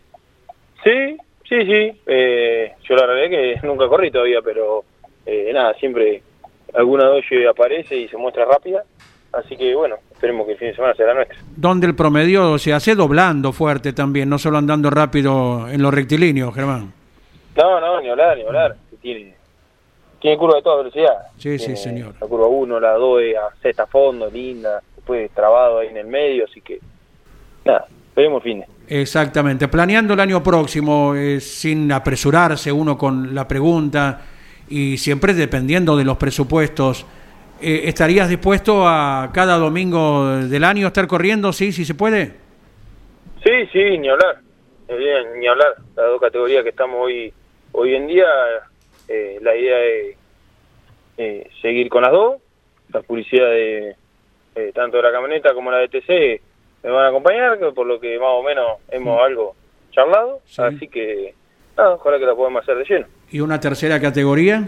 S10: Sí, sí, sí. Eh, yo la verdad que nunca corrí todavía, pero eh, nada, siempre alguna Dodge aparece y se muestra rápida. Así que bueno, esperemos que el fin de semana sea la nuestra.
S3: Donde el promedio se hace doblando fuerte también, no solo andando rápido en los rectilíneos, Germán.
S10: No, no, ni hablar, ni hablar. Tiene, tiene curva de toda velocidad.
S3: Sí,
S10: tiene
S3: sí, señor.
S10: La curva uno, la dos, a sexta fondo, linda. Después trabado ahí en el medio, así que nada, esperemos el fin de.
S3: Exactamente. Planeando el año próximo, eh, sin apresurarse uno con la pregunta y siempre dependiendo de los presupuestos, eh, ¿estarías dispuesto a cada domingo del año estar corriendo? Sí, sí se puede.
S10: Sí, sí, ni hablar. Eh, ni hablar. Las dos categorías que estamos hoy hoy en día, eh, la idea es eh, seguir con las dos. La publicidad de eh, tanto de la camioneta como la de T C me van a acompañar, por lo que más o menos hemos algo charlado, sí. Así que nada, ojalá que la podamos hacer de lleno.
S3: ¿Y una tercera categoría?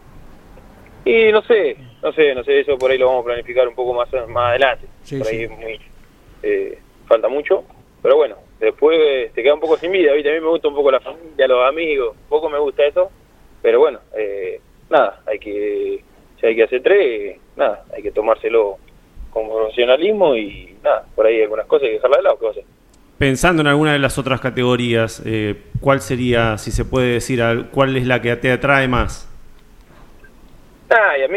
S10: Y no sé, no sé, no sé, eso por ahí lo vamos a planificar un poco más, más adelante. Sí, por ahí sí. muy, eh, falta mucho, pero bueno, después eh, te queda un poco sin vida, ¿viste? A mí me gusta un poco la familia, los amigos, un poco me gusta eso, pero bueno, eh, nada, hay que, si hay que hacer tres, nada, hay que tomárselo con profesionalismo y nada, por ahí algunas cosas hay que dejarla de lado, ¿qué va a hacer?
S11: Pensando en alguna de las otras categorías, eh, ¿cuál sería, si se puede decir, cuál es la que te atrae más?
S10: Ah, y a mí,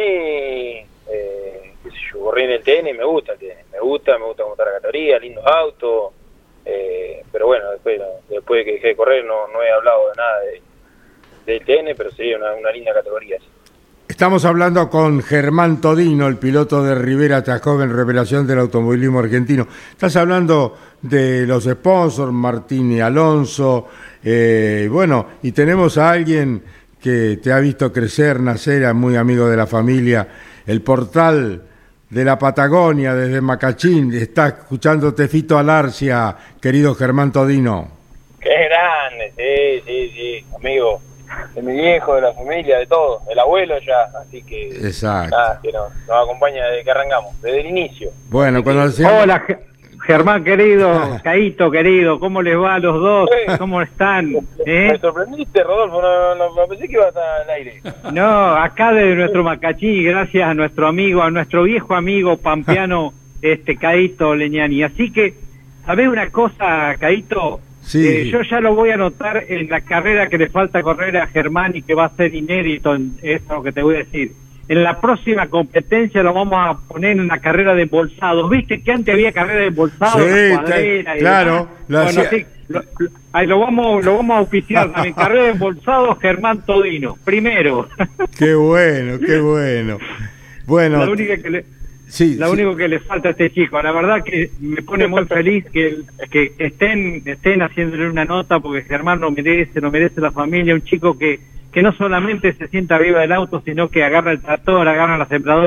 S10: eh, qué sé yo, corrí en el T N, me gusta el T N, me gusta, me gusta cómo está la categoría, lindos autos, eh, pero bueno, después no, después de que dejé de correr no, no he hablado de nada de, del T N, pero sería una, una linda categoría esa.
S2: Estamos hablando con Germán Todino, el piloto de Rivera Tascoven, revelación del automovilismo argentino. Estás hablando de los sponsors, Martín y Alonso, eh, bueno, y tenemos a alguien que te ha visto crecer, nacer, muy amigo de la familia, el portal de la Patagonia desde Macachín. Está escuchándote Fito Alarcia, querido Germán Todino.
S10: Qué grande, sí, sí, sí, amigo. De mi viejo, de la familia, de todo, del abuelo ya, así que
S2: exacto.
S10: Nada, que nos, nos acompaña desde que arrancamos, desde el inicio.
S2: Bueno,
S10: así
S2: cuando
S10: que...
S2: decíamos...
S12: Hola, Germán querido, Caíto querido, ¿cómo les va a los dos? ¿Cómo están? ¿Eh?
S10: Me sorprendiste, Rodolfo, no, no, no pensé que iba a estar al aire.
S12: No, acá desde nuestro Macachí, gracias a nuestro amigo, a nuestro viejo amigo pampeano, este Caíto Leñani. Así que, ¿sabés una cosa, Caíto?
S2: Sí.
S12: Eh, yo ya lo voy a anotar en la carrera que le falta correr a Germán y que va a ser inédito en eso que te voy a decir. En la próxima competencia lo vamos a poner en la carrera de embolsados. ¿Viste que antes había carrera de embolsados?
S2: Sí, cuadrera, claro.
S12: Lo bueno, sí, lo, lo, ahí lo vamos, lo vamos a auspiciar también. Carrera de embolsados, Germán Todino. Primero.
S2: Qué bueno, qué bueno. Bueno.
S12: La única que le...
S2: Sí,
S12: lo
S2: sí.
S12: único que le falta a este chico, la verdad que me pone muy feliz que, que estén estén haciéndole una nota, porque Germán lo merece, lo merece la familia, un chico que, que no solamente se sienta arriba del auto, sino que agarra el tractor, agarra la sembradora,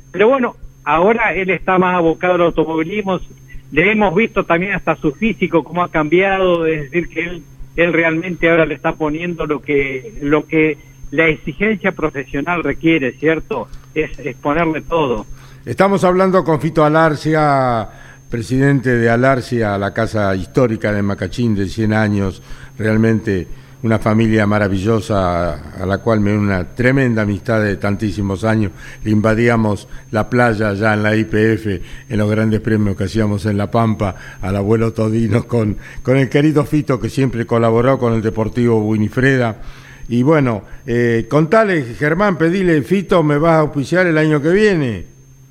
S12: Pero bueno, ahora él está más abocado al automovilismo, le hemos visto también hasta su físico cómo ha cambiado, es decir, que él, él realmente ahora le está poniendo lo que, lo que la exigencia profesional requiere, ¿cierto? Es, es ponerle todo.
S2: Estamos hablando con Fito Alarcia, presidente de Alarcia, la casa histórica de Macachín de cien años, realmente una familia maravillosa a la cual me une una tremenda amistad de tantísimos años. Le invadíamos la playa ya en la I P F, en los grandes premios que hacíamos en La Pampa, al abuelo Todino, con, con el querido Fito, que siempre colaboró con el Deportivo Winifreda. Y bueno, eh, contale, Germán, pedile, Fito, ¿me vas a auspiciar el año que viene?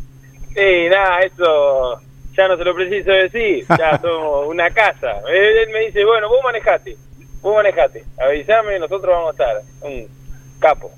S10: Sí, nada, eso ya no se lo preciso decir, ya somos una casa. Él, él me dice, bueno, vos manejate. Vos manejate, avísame, nosotros vamos a estar, un capo.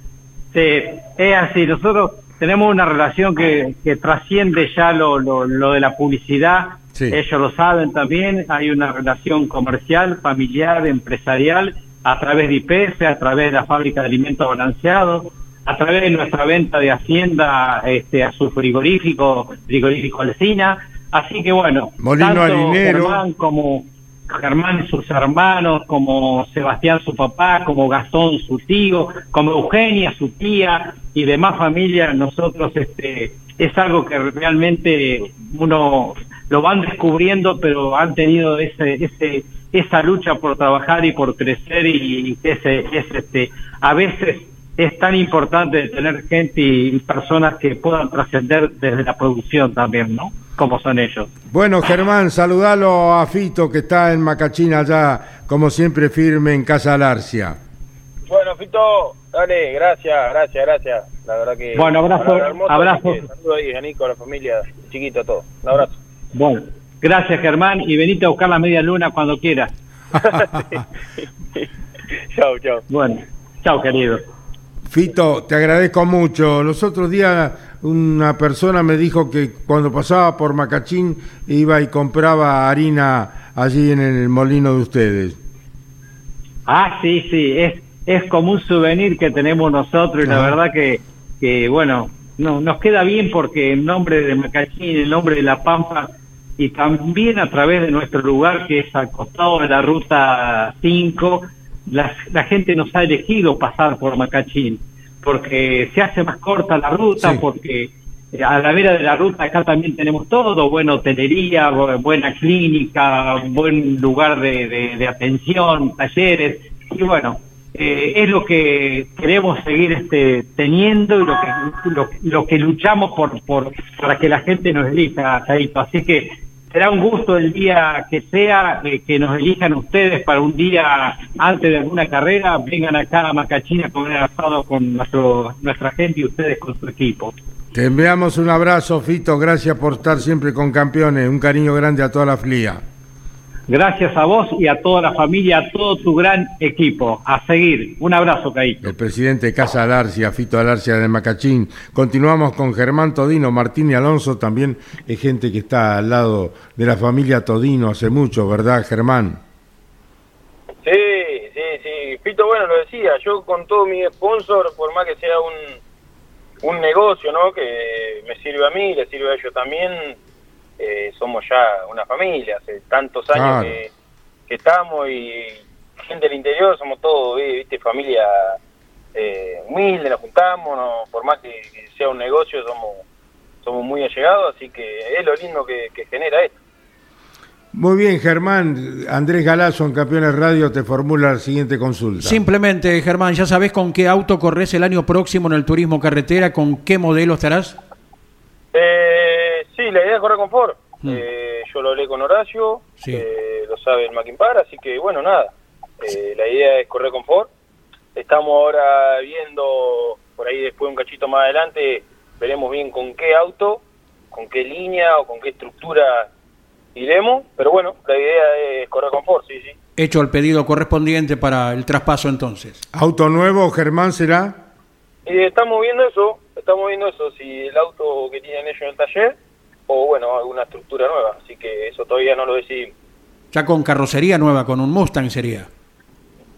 S12: Sí, es así, nosotros tenemos una relación que, que trasciende ya lo, lo, lo de la publicidad, sí. Ellos lo saben también, hay una relación comercial, familiar, empresarial, a través de I P F, a través de la fábrica de alimentos balanceados, a través de nuestra venta de Hacienda este, a su frigorífico, frigorífico Alsina, así que bueno,
S2: Molino
S12: tanto
S2: Harinero.
S12: Germán como... Germán y sus hermanos, como Sebastián su papá, como Gastón su tío, como Eugenia su tía y demás familia, nosotros este es algo que realmente uno lo van descubriendo, pero han tenido ese ese esa lucha por trabajar y por crecer, y ese es este a veces es tan importante tener gente y personas que puedan trascender desde la producción también, ¿no? Como son ellos.
S2: Bueno, Germán, saludalo a Fito, que está en Macachín allá, como siempre, firme en Casa Alarcia.
S10: Bueno, Fito, dale, gracias, gracias, gracias. La verdad que...
S12: Bueno, abrazo,
S10: hermoso,
S12: abrazo.
S10: Saludos ahí a Nico, a la familia, chiquito, a todos. Un abrazo.
S12: Bueno, gracias, Germán, y venite a buscar la media luna cuando quieras.
S10: Chau, chau.
S12: Bueno, chau, querido.
S2: Fito, te agradezco mucho. Los otros días una persona me dijo que cuando pasaba por Macachín iba y compraba harina allí en el molino de ustedes.
S12: Ah, sí, sí, es es como un souvenir que tenemos nosotros, y la verdad que, que bueno, no, nos queda bien porque en nombre de Macachín, en nombre de La Pampa, y también a través de nuestro lugar que es al costado de la ruta cinco, La, la gente nos ha elegido pasar por Macachín, porque se hace más corta la ruta, sí. Porque a la vera de la ruta acá también tenemos todo, buena hotelería, buena clínica, buen lugar de, de, de atención, talleres, y bueno, eh, es lo que queremos seguir este teniendo, y lo que lo, lo que luchamos por, por para que la gente nos elija, Caíto. Así que será un gusto el día que sea, eh, que nos elijan ustedes para un día antes de alguna carrera, vengan acá a Macachín a comer asado con nuestro, nuestra gente y ustedes con su equipo.
S2: Te enviamos un abrazo, Fito, gracias por estar siempre con Campeones, un cariño grande a toda la F L I A.
S12: Gracias a vos y a toda la familia, a todo tu gran equipo. A seguir. Un abrazo, Caíto.
S2: El presidente de Casa Alarcia, Fito Alarcia de Macachín. Continuamos con Germán Todino, Martín y Alonso, también es gente que está al lado de la familia Todino hace mucho, ¿verdad, Germán?
S10: Sí, sí, sí. Fito, bueno, lo decía, yo con todo mi sponsor, por más que sea un, un negocio, ¿no? Que me sirve a mí, le sirve a ellos también. Eh, somos ya una familia, hace tantos años claro. que, que estamos, y gente del interior, somos todos, viste, familia eh, humilde, nos juntamos, no, por más que, que sea un negocio, somos somos muy allegados, así que es lo lindo que, que genera esto.
S2: Muy bien, Germán. Andrés Galazo en Campeones Radio te formula la siguiente consulta.
S3: Simplemente, Germán, ¿ya sabés con qué auto corres el año próximo en el turismo carretera? ¿Con qué modelo estarás?
S10: Eh... Sí, la idea es correr con Ford. Mm. Eh, yo lo hablé con Horacio, sí. eh, lo sabe el Mackinpar, así que bueno, nada. Eh, la idea es correr con Ford. Estamos ahora viendo, por ahí después un cachito más adelante, veremos bien con qué auto, con qué línea o con qué estructura iremos. Pero bueno, la idea es correr con Ford, sí, sí.
S3: Hecho el pedido correspondiente para el traspaso entonces.
S2: ¿Auto nuevo, Germán, será?
S10: Eh, estamos viendo eso, estamos viendo eso, si el auto que tienen ellos en el taller, o bueno, alguna estructura nueva, así que eso todavía no lo decidimos.
S3: Ya con carrocería nueva, con un Mustang sería.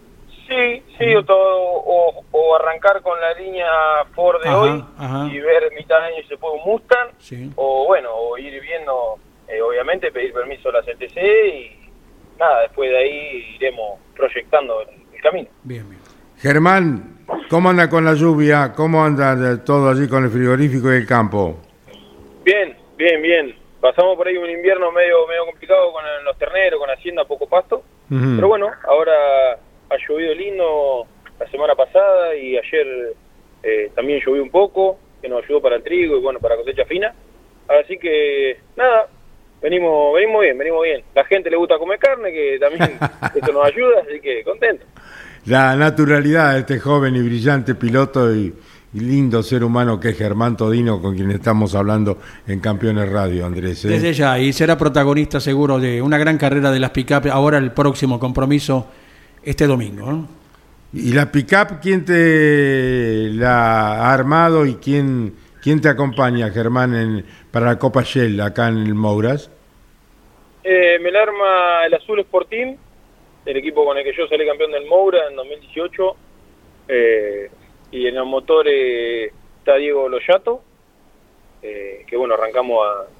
S10: Sí, sí, o, todo, o, o arrancar con la línea Ford de
S3: Ajá,
S10: hoy
S3: ajá.
S10: y ver mitad de año si se puede un Mustang,
S3: Sí.
S10: o bueno, o ir viendo, eh, obviamente pedir permiso a la C T C y nada, después de ahí iremos proyectando el, el camino.
S3: Bien, bien.
S2: Germán, ¿cómo anda con la lluvia? ¿Cómo anda todo allí con el frigorífico y el campo?
S10: Bien, bien, bien. Pasamos por ahí un invierno medio medio complicado con el- los terneros, con Hacienda, poco pasto.
S2: Ujú.
S10: Pero bueno, ahora ha llovido lindo la semana pasada y ayer eh, también llovió un poco, que nos ayudó para el trigo y bueno, para cosecha fina. Así que nada, venimos venimos bien, venimos bien. La gente le gusta comer carne, que también eso nos ayuda, así que contento.
S2: La naturalidad de este joven y brillante piloto y, y lindo ser humano que es Germán Todino, con quien estamos hablando en Campeones Radio, Andrés. ¿eh?
S3: Desde ya, y será protagonista seguro de una gran carrera de las pick-up, ahora el próximo compromiso este domingo, ¿no?
S2: ¿Y la pick-up quién te la ha armado y quién, quién te acompaña, Germán, en, para la Copa Shell acá en el Mouras?
S10: Eh, me la arma el Azul Sport Team, el equipo con el que yo salí campeón del Moura en dos mil dieciocho. Eh, y en los motores está Diego Loyato, eh, que bueno, arrancamos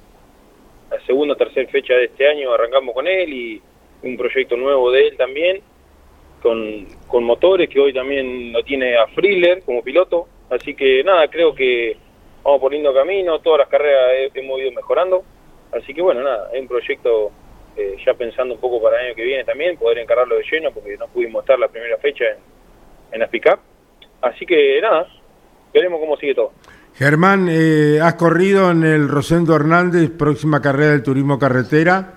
S10: a la segunda o tercera fecha de este año, arrancamos con él y un proyecto nuevo de él también, con, con motores, que hoy también lo tiene a Friller como piloto. Así que nada, creo que vamos por lindo camino, todas las carreras he- hemos ido mejorando. Así que bueno, nada, es un proyecto eh, ya pensando un poco para el año que viene también, poder encararlo de lleno, porque no pudimos estar la primera fecha en, en las pick-up. Así que nada, veremos cómo sigue todo.
S2: Germán, eh, ¿has corrido en el Rosendo Hernández, próxima carrera del turismo carretera?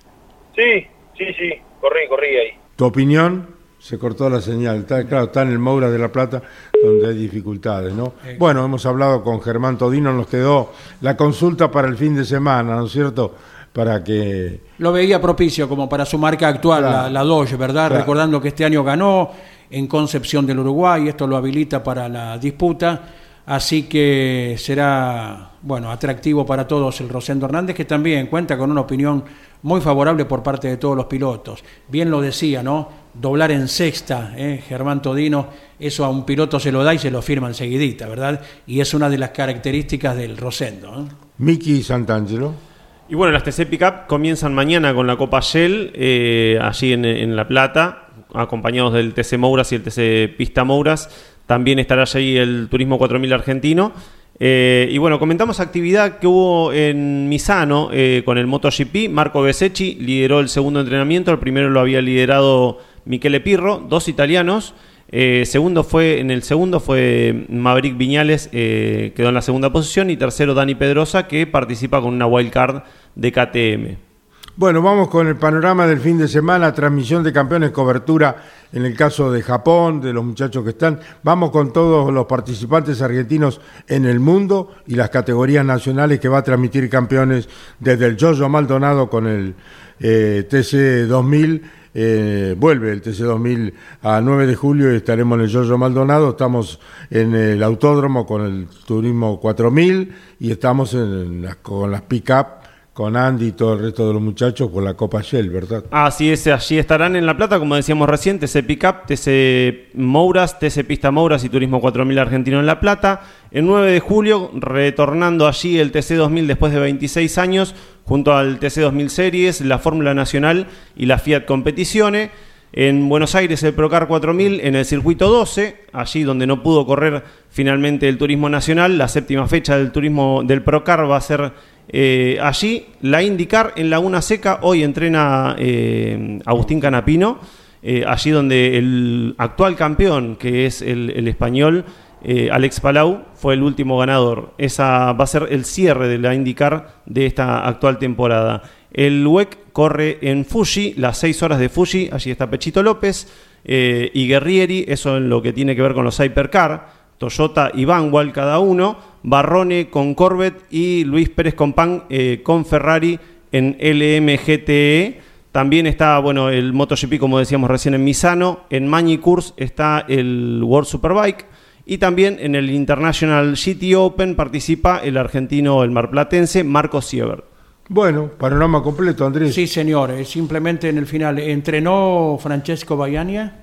S10: Sí, sí, sí, corrí, corrí ahí.
S2: ¿Tu opinión? Se cortó la señal. Está, claro, está en el Moura de la Plata, donde hay dificultades, ¿no?
S3: Eh.
S2: Bueno, hemos hablado con Germán Todino, nos quedó la consulta para el fin de semana, ¿no es cierto? Para que...
S3: Lo veía propicio como para su marca actual,
S2: Claro.
S3: la, la Dodge, ¿verdad?
S2: Claro.
S3: Recordando que este año ganó en Concepción del Uruguay, esto lo habilita para la disputa, así que será, bueno, atractivo para todos el Rosendo Hernández, que también cuenta con una opinión muy favorable por parte de todos los pilotos. Bien lo decía, ¿no? Doblar en sexta, ¿eh? Germán Todino, eso a un piloto se lo da y se lo firma enseguidita, ¿verdad? Y es una de las características del Rosendo, ¿eh?
S2: Miki Santangelo.
S11: Y bueno, las T C Pickup comienzan mañana con la Copa Shell, eh, allí en, en La Plata, acompañados del T C Mouras y el T C Pista Mouras. También estará allí el Turismo cuatro mil argentino. Eh, y bueno, comentamos actividad que hubo en Misano eh, con el MotoGP. Marco Besecchi lideró el segundo entrenamiento. El primero lo había liderado Michele Pirro, dos italianos. Eh, segundo fue, en el segundo fue Maverick Viñales, eh, quedó en la segunda posición. Y tercero Dani Pedrosa, que participa con una wildcard de K T M.
S2: Bueno, vamos con el panorama del fin de semana, transmisión de campeones, cobertura en el caso de Japón, de los muchachos que están. Vamos con todos los participantes argentinos en el mundo y las categorías nacionales que va a transmitir campeones desde el Giorgio Maldonado con el eh, T C dos mil. Eh, vuelve el T C dos mil a nueve de julio y estaremos en el Giorgio Maldonado. Estamos en el autódromo con el Turismo cuatro mil y estamos en la, con las pick-up, con Andy y todo el resto de los muchachos por la Copa Shell, ¿verdad?
S11: Así es, allí estarán en La Plata, como decíamos recién, T C Pickup, T C Mouras, T C Pista Mouras y Turismo cuatro mil argentino en La Plata. El nueve de julio, retornando allí el T C dos mil después de veintiséis años, junto al T C dos mil Series, la Fórmula Nacional y la Fiat Competizione. En Buenos Aires el Procar cuatro mil en el circuito doce, allí donde no pudo correr finalmente el Turismo Nacional. La séptima fecha del turismo del Procar va a ser eh, allí. La IndyCar en Laguna Seca, hoy entrena eh, Agustín Canapino, eh, allí donde el actual campeón, que es el, el español eh, Alex Palau, fue el último ganador. Esa va a ser el cierre de la IndyCar de esta actual temporada. El W E C corre en Fuji, las seis horas de Fuji, allí está Pechito López eh, y Guerrieri, eso en lo que tiene que ver con los Hypercar, Toyota y Vanwall cada uno, Barrone con Corvette y Luis Pérez Compán eh, con Ferrari en L M G T E. También está, bueno, el MotoGP, como decíamos recién, en Misano. En Magny-Cours está el World Superbike. Y también en el International G T Open participa el argentino, el marplatense, Marco Siebert.
S2: Bueno, panorama completo, Andrés.
S3: Sí, señor. eh, Simplemente en el final entrenó Francesco Bagnaia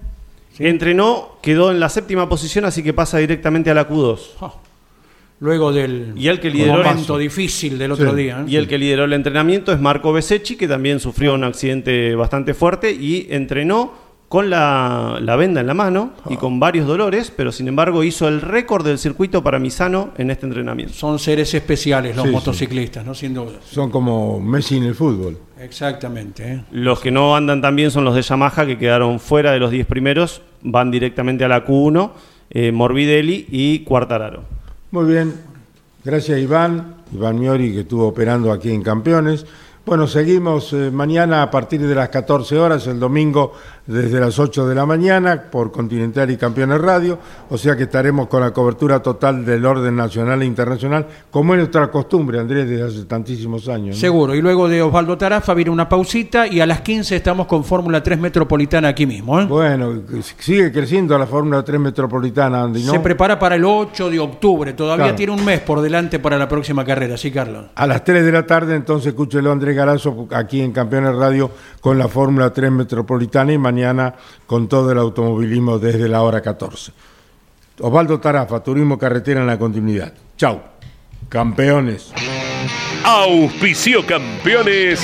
S11: ¿Sí? Entrenó, quedó en la séptima posición, así que pasa directamente a la Q dos.
S3: Oh. Luego del
S11: y el que lideró
S3: momento el... difícil del otro
S11: sí.
S3: día. ¿eh?
S11: Y el que lideró el entrenamiento es Marco Besecchi, que también sufrió un accidente bastante fuerte y entrenó con la, la venda en la mano y con varios dolores, pero sin embargo hizo el récord del circuito para Misano en este entrenamiento.
S3: Son seres especiales los
S2: sí,
S3: motociclistas,
S2: sí.
S3: ¿no? Sin duda.
S2: Son como Messi en el fútbol.
S3: Exactamente. ¿eh?
S11: Los que no andan tan bien son los de Yamaha, que quedaron fuera de los diez primeros, van directamente a la Q uno, eh, Morbidelli y Quartararo.
S2: Muy bien, gracias Iván, Iván Miori, que estuvo operando aquí en Campeones. Bueno, seguimos eh, mañana a partir de las catorce horas, el domingo desde las ocho de la mañana por Continental y Campeones Radio, o sea que estaremos con la cobertura total del orden nacional e internacional, como es nuestra costumbre, Andrés, desde hace tantísimos años, ¿no?
S3: Seguro, y luego de Osvaldo Tarafa viene una pausita y a las quince estamos con Fórmula tres Metropolitana aquí mismo. ¿eh?
S2: Bueno, sigue creciendo la Fórmula tres Metropolitana, Andy, ¿no?
S3: Se prepara para el ocho de octubre, todavía
S2: claro.
S3: tiene un mes por delante para la próxima carrera, ¿sí, Carlos?
S2: A las tres de la tarde, entonces, escúchelo Andrés Garazo aquí en Campeones Radio con la Fórmula tres Metropolitana y mañana con todo el automovilismo desde la hora catorce. Osvaldo Tarafa, Turismo Carretera en la continuidad. Chau. Campeones.
S1: Auspició Campeones.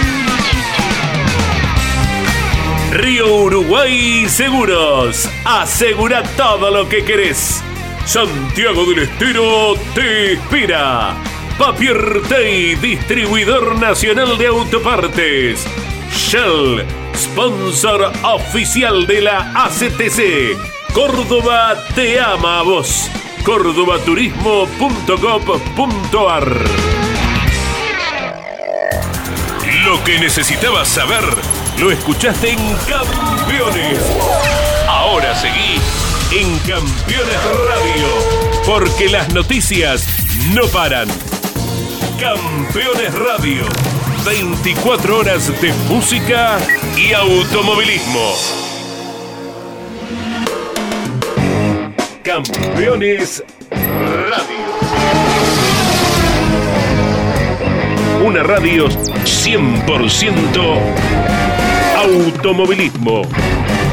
S1: Río Uruguay Seguros. Asegura todo lo que querés. Santiago del Estero te inspira. Papier Tay, distribuidor nacional de autopartes. Shell, sponsor oficial de la A C T C. Córdoba te ama a vos. córdoba turismo punto gov punto ar. Lo que necesitabas saber lo escuchaste en Campeones. Ahora seguí en Campeones Radio, porque las noticias no paran. Campeones Radio, veinticuatro horas de música y automovilismo. Campeones Radio. Una radio cien por ciento automovilismo.